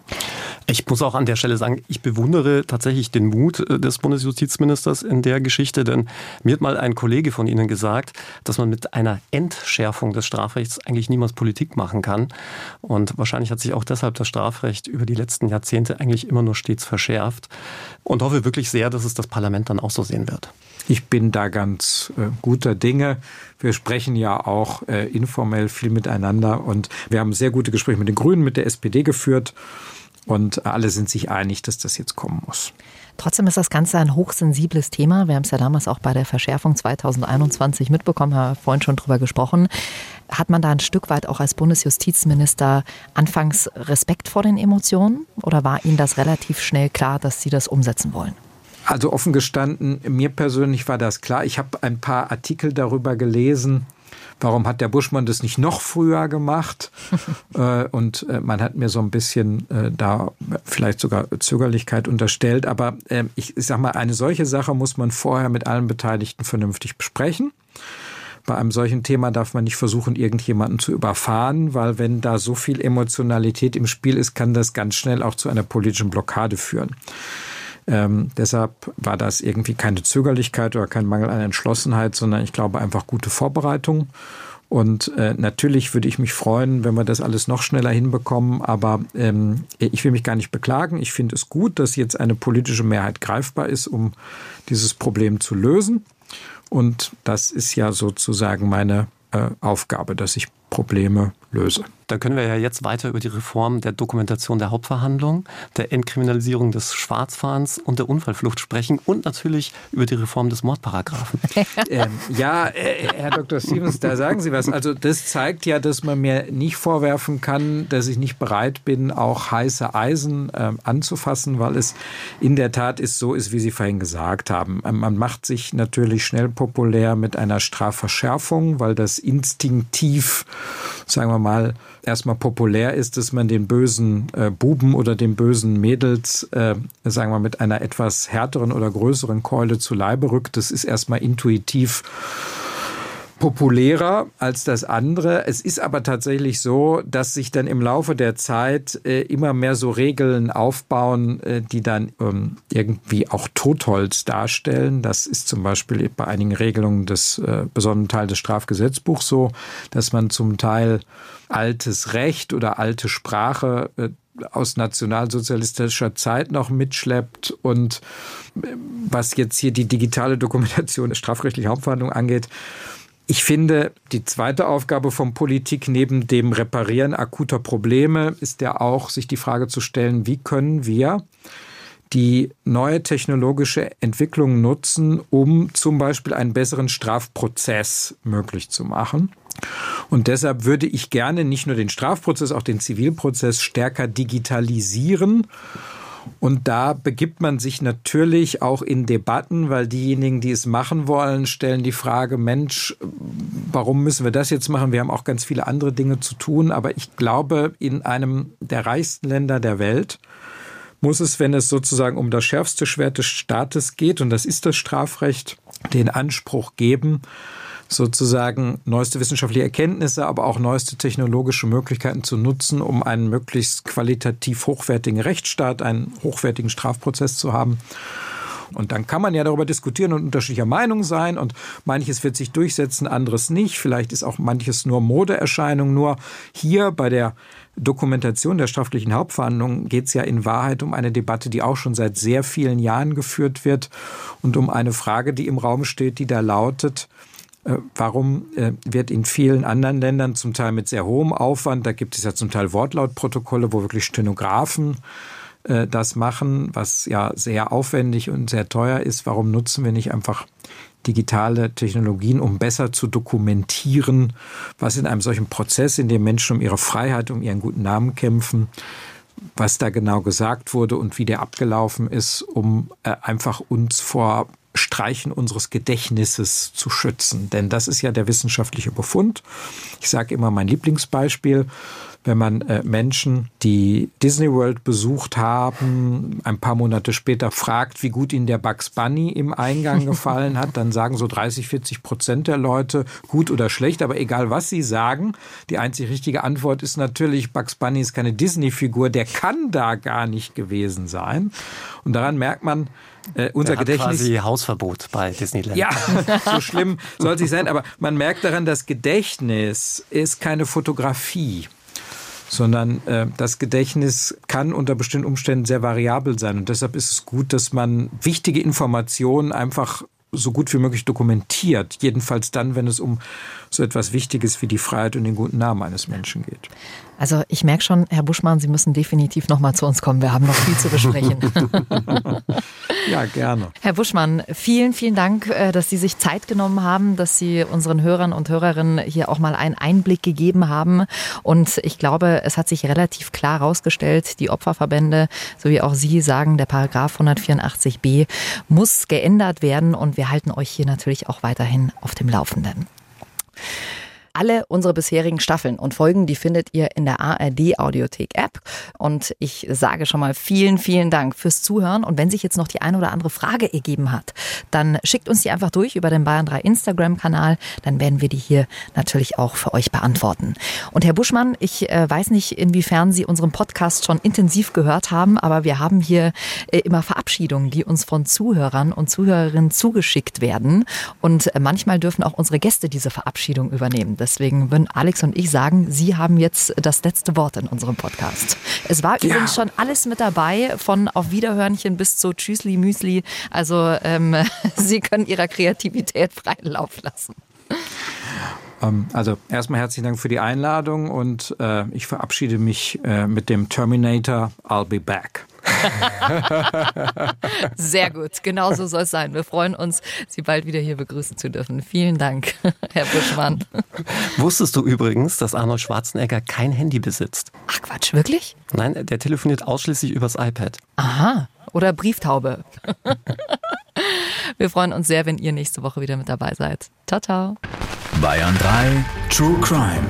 Ich muss auch an der Stelle sagen, ich bewundere tatsächlich den Mut des Bundesjustizministers in der Geschichte, denn mir hat mal ein Kollege von Ihnen gesagt, dass man mit einer Entschärfung des Strafrechts eigentlich niemals Politik machen kann. Und wahrscheinlich hat sich auch deshalb das Strafrecht über die letzten Jahrzehnte eigentlich immer nur stets verschärft. Und hoffe wirklich sehr, dass es das Parlament dann auch so sehen wird. Ich bin da ganz guter Dinge. Wir sprechen ja auch informell viel miteinander und wir haben sehr gute Gespräche mit den Grünen, mit der SPD geführt. Und alle sind sich einig, dass das jetzt kommen muss. Trotzdem ist das Ganze ein hochsensibles Thema. Wir haben es ja damals auch bei der Verschärfung 2021 mitbekommen, haben wir vorhin schon drüber gesprochen. Hat man da ein Stück weit auch als Bundesjustizminister anfangs Respekt vor den Emotionen? Oder war Ihnen das relativ schnell klar, dass Sie das umsetzen wollen? Also offen gestanden, mir persönlich war das klar. Ich habe ein paar Artikel darüber gelesen. Warum hat der Buschmann das nicht noch früher gemacht? Und man hat mir so ein bisschen da vielleicht sogar Zögerlichkeit unterstellt. Aber ich sag mal, eine solche Sache muss man vorher mit allen Beteiligten vernünftig besprechen. Bei einem solchen Thema darf man nicht versuchen, irgendjemanden zu überfahren, weil wenn da so viel Emotionalität im Spiel ist, kann das ganz schnell auch zu einer politischen Blockade führen. Deshalb war das irgendwie keine Zögerlichkeit oder kein Mangel an Entschlossenheit, sondern ich glaube einfach gute Vorbereitung. Und natürlich würde ich mich freuen, wenn wir das alles noch schneller hinbekommen. Aber ich will mich gar nicht beklagen. Ich finde es gut, dass jetzt eine politische Mehrheit greifbar ist, um dieses Problem zu lösen. Und das ist ja sozusagen meine Aufgabe, dass ich Probleme löse. Da können wir ja jetzt weiter über die Reform der Dokumentation der Hauptverhandlung, der Entkriminalisierung des Schwarzfahrens und der Unfallflucht sprechen und natürlich über die Reform des Mordparagraphen. Herr Dr. Stevens, da sagen Sie was. Also das zeigt ja, dass man mir nicht vorwerfen kann, dass ich nicht bereit bin, auch heiße Eisen anzufassen, weil es in der Tat so ist, wie Sie vorhin gesagt haben. Man macht sich natürlich schnell populär mit einer Strafverschärfung, weil das instinktiv, sagen wir mal, erstmal populär ist, dass man den bösen Buben oder den bösen Mädels, sagen wir, mit einer etwas härteren oder größeren Keule zu Leibe rückt. Das ist erstmal intuitiv populärer als das andere. Es ist aber tatsächlich so, dass sich dann im Laufe der Zeit immer mehr so Regeln aufbauen, die dann irgendwie auch Totholz darstellen. Das ist zum Beispiel bei einigen Regelungen des besonderen Teils des Strafgesetzbuchs so, dass man zum Teil altes Recht oder alte Sprache aus nationalsozialistischer Zeit noch mitschleppt. Und was jetzt hier die digitale Dokumentation der strafrechtlichen Hauptverhandlung angeht, ich finde, die zweite Aufgabe von Politik neben dem Reparieren akuter Probleme ist ja auch, sich die Frage zu stellen, wie können wir die neue technologische Entwicklung nutzen, um zum Beispiel einen besseren Strafprozess möglich zu machen. Und deshalb würde ich gerne nicht nur den Strafprozess, auch den Zivilprozess stärker digitalisieren. Und da begibt man sich natürlich auch in Debatten, weil diejenigen, die es machen wollen, stellen die Frage, Mensch, warum müssen wir das jetzt machen? Wir haben auch ganz viele andere Dinge zu tun. Aber ich glaube, in einem der reichsten Länder der Welt muss es, wenn es sozusagen um das schärfste Schwert des Staates geht, und das ist das Strafrecht, den Anspruch geben, sozusagen neueste wissenschaftliche Erkenntnisse, aber auch neueste technologische Möglichkeiten zu nutzen, um einen möglichst qualitativ hochwertigen Rechtsstaat, einen hochwertigen Strafprozess zu haben. Und dann kann man ja darüber diskutieren und unterschiedlicher Meinung sein und manches wird sich durchsetzen, anderes nicht. Vielleicht ist auch manches nur Modeerscheinung. Nur hier bei der Dokumentation der strafrechtlichen Hauptverhandlung geht es ja in Wahrheit um eine Debatte, die auch schon seit sehr vielen Jahren geführt wird und um eine Frage, die im Raum steht, die da lautet: Warum wird in vielen anderen Ländern zum Teil mit sehr hohem Aufwand, da gibt es ja zum Teil Wortlautprotokolle, wo wirklich Stenografen das machen, was ja sehr aufwendig und sehr teuer ist. Warum nutzen wir nicht einfach digitale Technologien, um besser zu dokumentieren, was in einem solchen Prozess, in dem Menschen um ihre Freiheit, um ihren guten Namen kämpfen, was da genau gesagt wurde und wie der abgelaufen ist, um einfach uns vor Streichen unseres Gedächtnisses zu schützen. Denn das ist ja der wissenschaftliche Befund. Ich sage immer mein Lieblingsbeispiel: Wenn man Menschen, die Disney World besucht haben, ein paar Monate später fragt, wie gut ihnen der Bugs Bunny im Eingang gefallen hat, dann sagen so 30-40% der Leute gut oder schlecht. Aber egal, was sie sagen, die einzig richtige Antwort ist natürlich, Bugs Bunny ist keine Disney-Figur, der kann da gar nicht gewesen sein. Und daran merkt man, unser Gedächtnis hat quasi Hausverbot bei Disneyland. Ja, so schlimm soll es nicht sein. Aber man merkt daran, das Gedächtnis ist keine Fotografie, sondern das Gedächtnis kann unter bestimmten Umständen sehr variabel sein. Und deshalb ist es gut, dass man wichtige Informationen einfach so gut wie möglich dokumentiert. Jedenfalls dann, wenn es um so etwas Wichtiges wie die Freiheit und den guten Namen eines Menschen geht. Also ich merke schon, Herr Buschmann, Sie müssen definitiv noch mal zu uns kommen. Wir haben noch viel zu besprechen. Ja, gerne. Herr Buschmann, vielen, vielen Dank, dass Sie sich Zeit genommen haben, dass Sie unseren Hörern und Hörerinnen hier auch mal einen Einblick gegeben haben. Und ich glaube, es hat sich relativ klar herausgestellt, die Opferverbände sowie auch Sie sagen, der Paragraph 184b muss geändert werden. Und wir halten euch hier natürlich auch weiterhin auf dem Laufenden. Alle unsere bisherigen Staffeln und Folgen, die findet ihr in der ARD-Audiothek-App. Und ich sage schon mal vielen, vielen Dank fürs Zuhören. Und wenn sich jetzt noch die eine oder andere Frage ergeben hat, dann schickt uns die einfach durch über den Bayern 3 Instagram-Kanal. Dann werden wir die hier natürlich auch für euch beantworten. Und Herr Buschmann, ich weiß nicht, inwiefern Sie unseren Podcast schon intensiv gehört haben, aber wir haben hier immer Verabschiedungen, die uns von Zuhörern und Zuhörerinnen zugeschickt werden. Und manchmal dürfen auch unsere Gäste diese Verabschiedung übernehmen. deswegen würden Alex und ich sagen, Sie haben jetzt das letzte Wort in unserem Podcast. Es war übrigens schon alles mit dabei, von Auf Wiederhörnchen bis zu Tschüssli Müsli. Also Sie können Ihrer Kreativität freien Lauf lassen. Also erstmal herzlichen Dank für die Einladung und ich verabschiede mich mit dem Terminator I'll be back. Sehr gut, genau so soll es sein. Wir freuen uns, Sie bald wieder hier begrüßen zu dürfen. Vielen Dank, Herr Buschmann. Wusstest du übrigens, dass Arnold Schwarzenegger kein Handy besitzt? Ach Quatsch, wirklich? Nein, der telefoniert ausschließlich übers iPad. Aha, oder Brieftaube. Wir freuen uns sehr, wenn ihr nächste Woche wieder mit dabei seid. Ciao, ciao. Bayern 3 True Crime.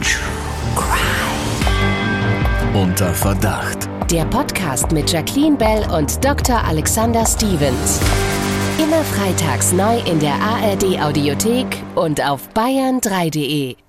Unter Verdacht. Der Podcast mit Jacqueline Bell und Dr. Alexander Stevens. Immer freitags neu in der ARD Audiothek und auf bayern3.de.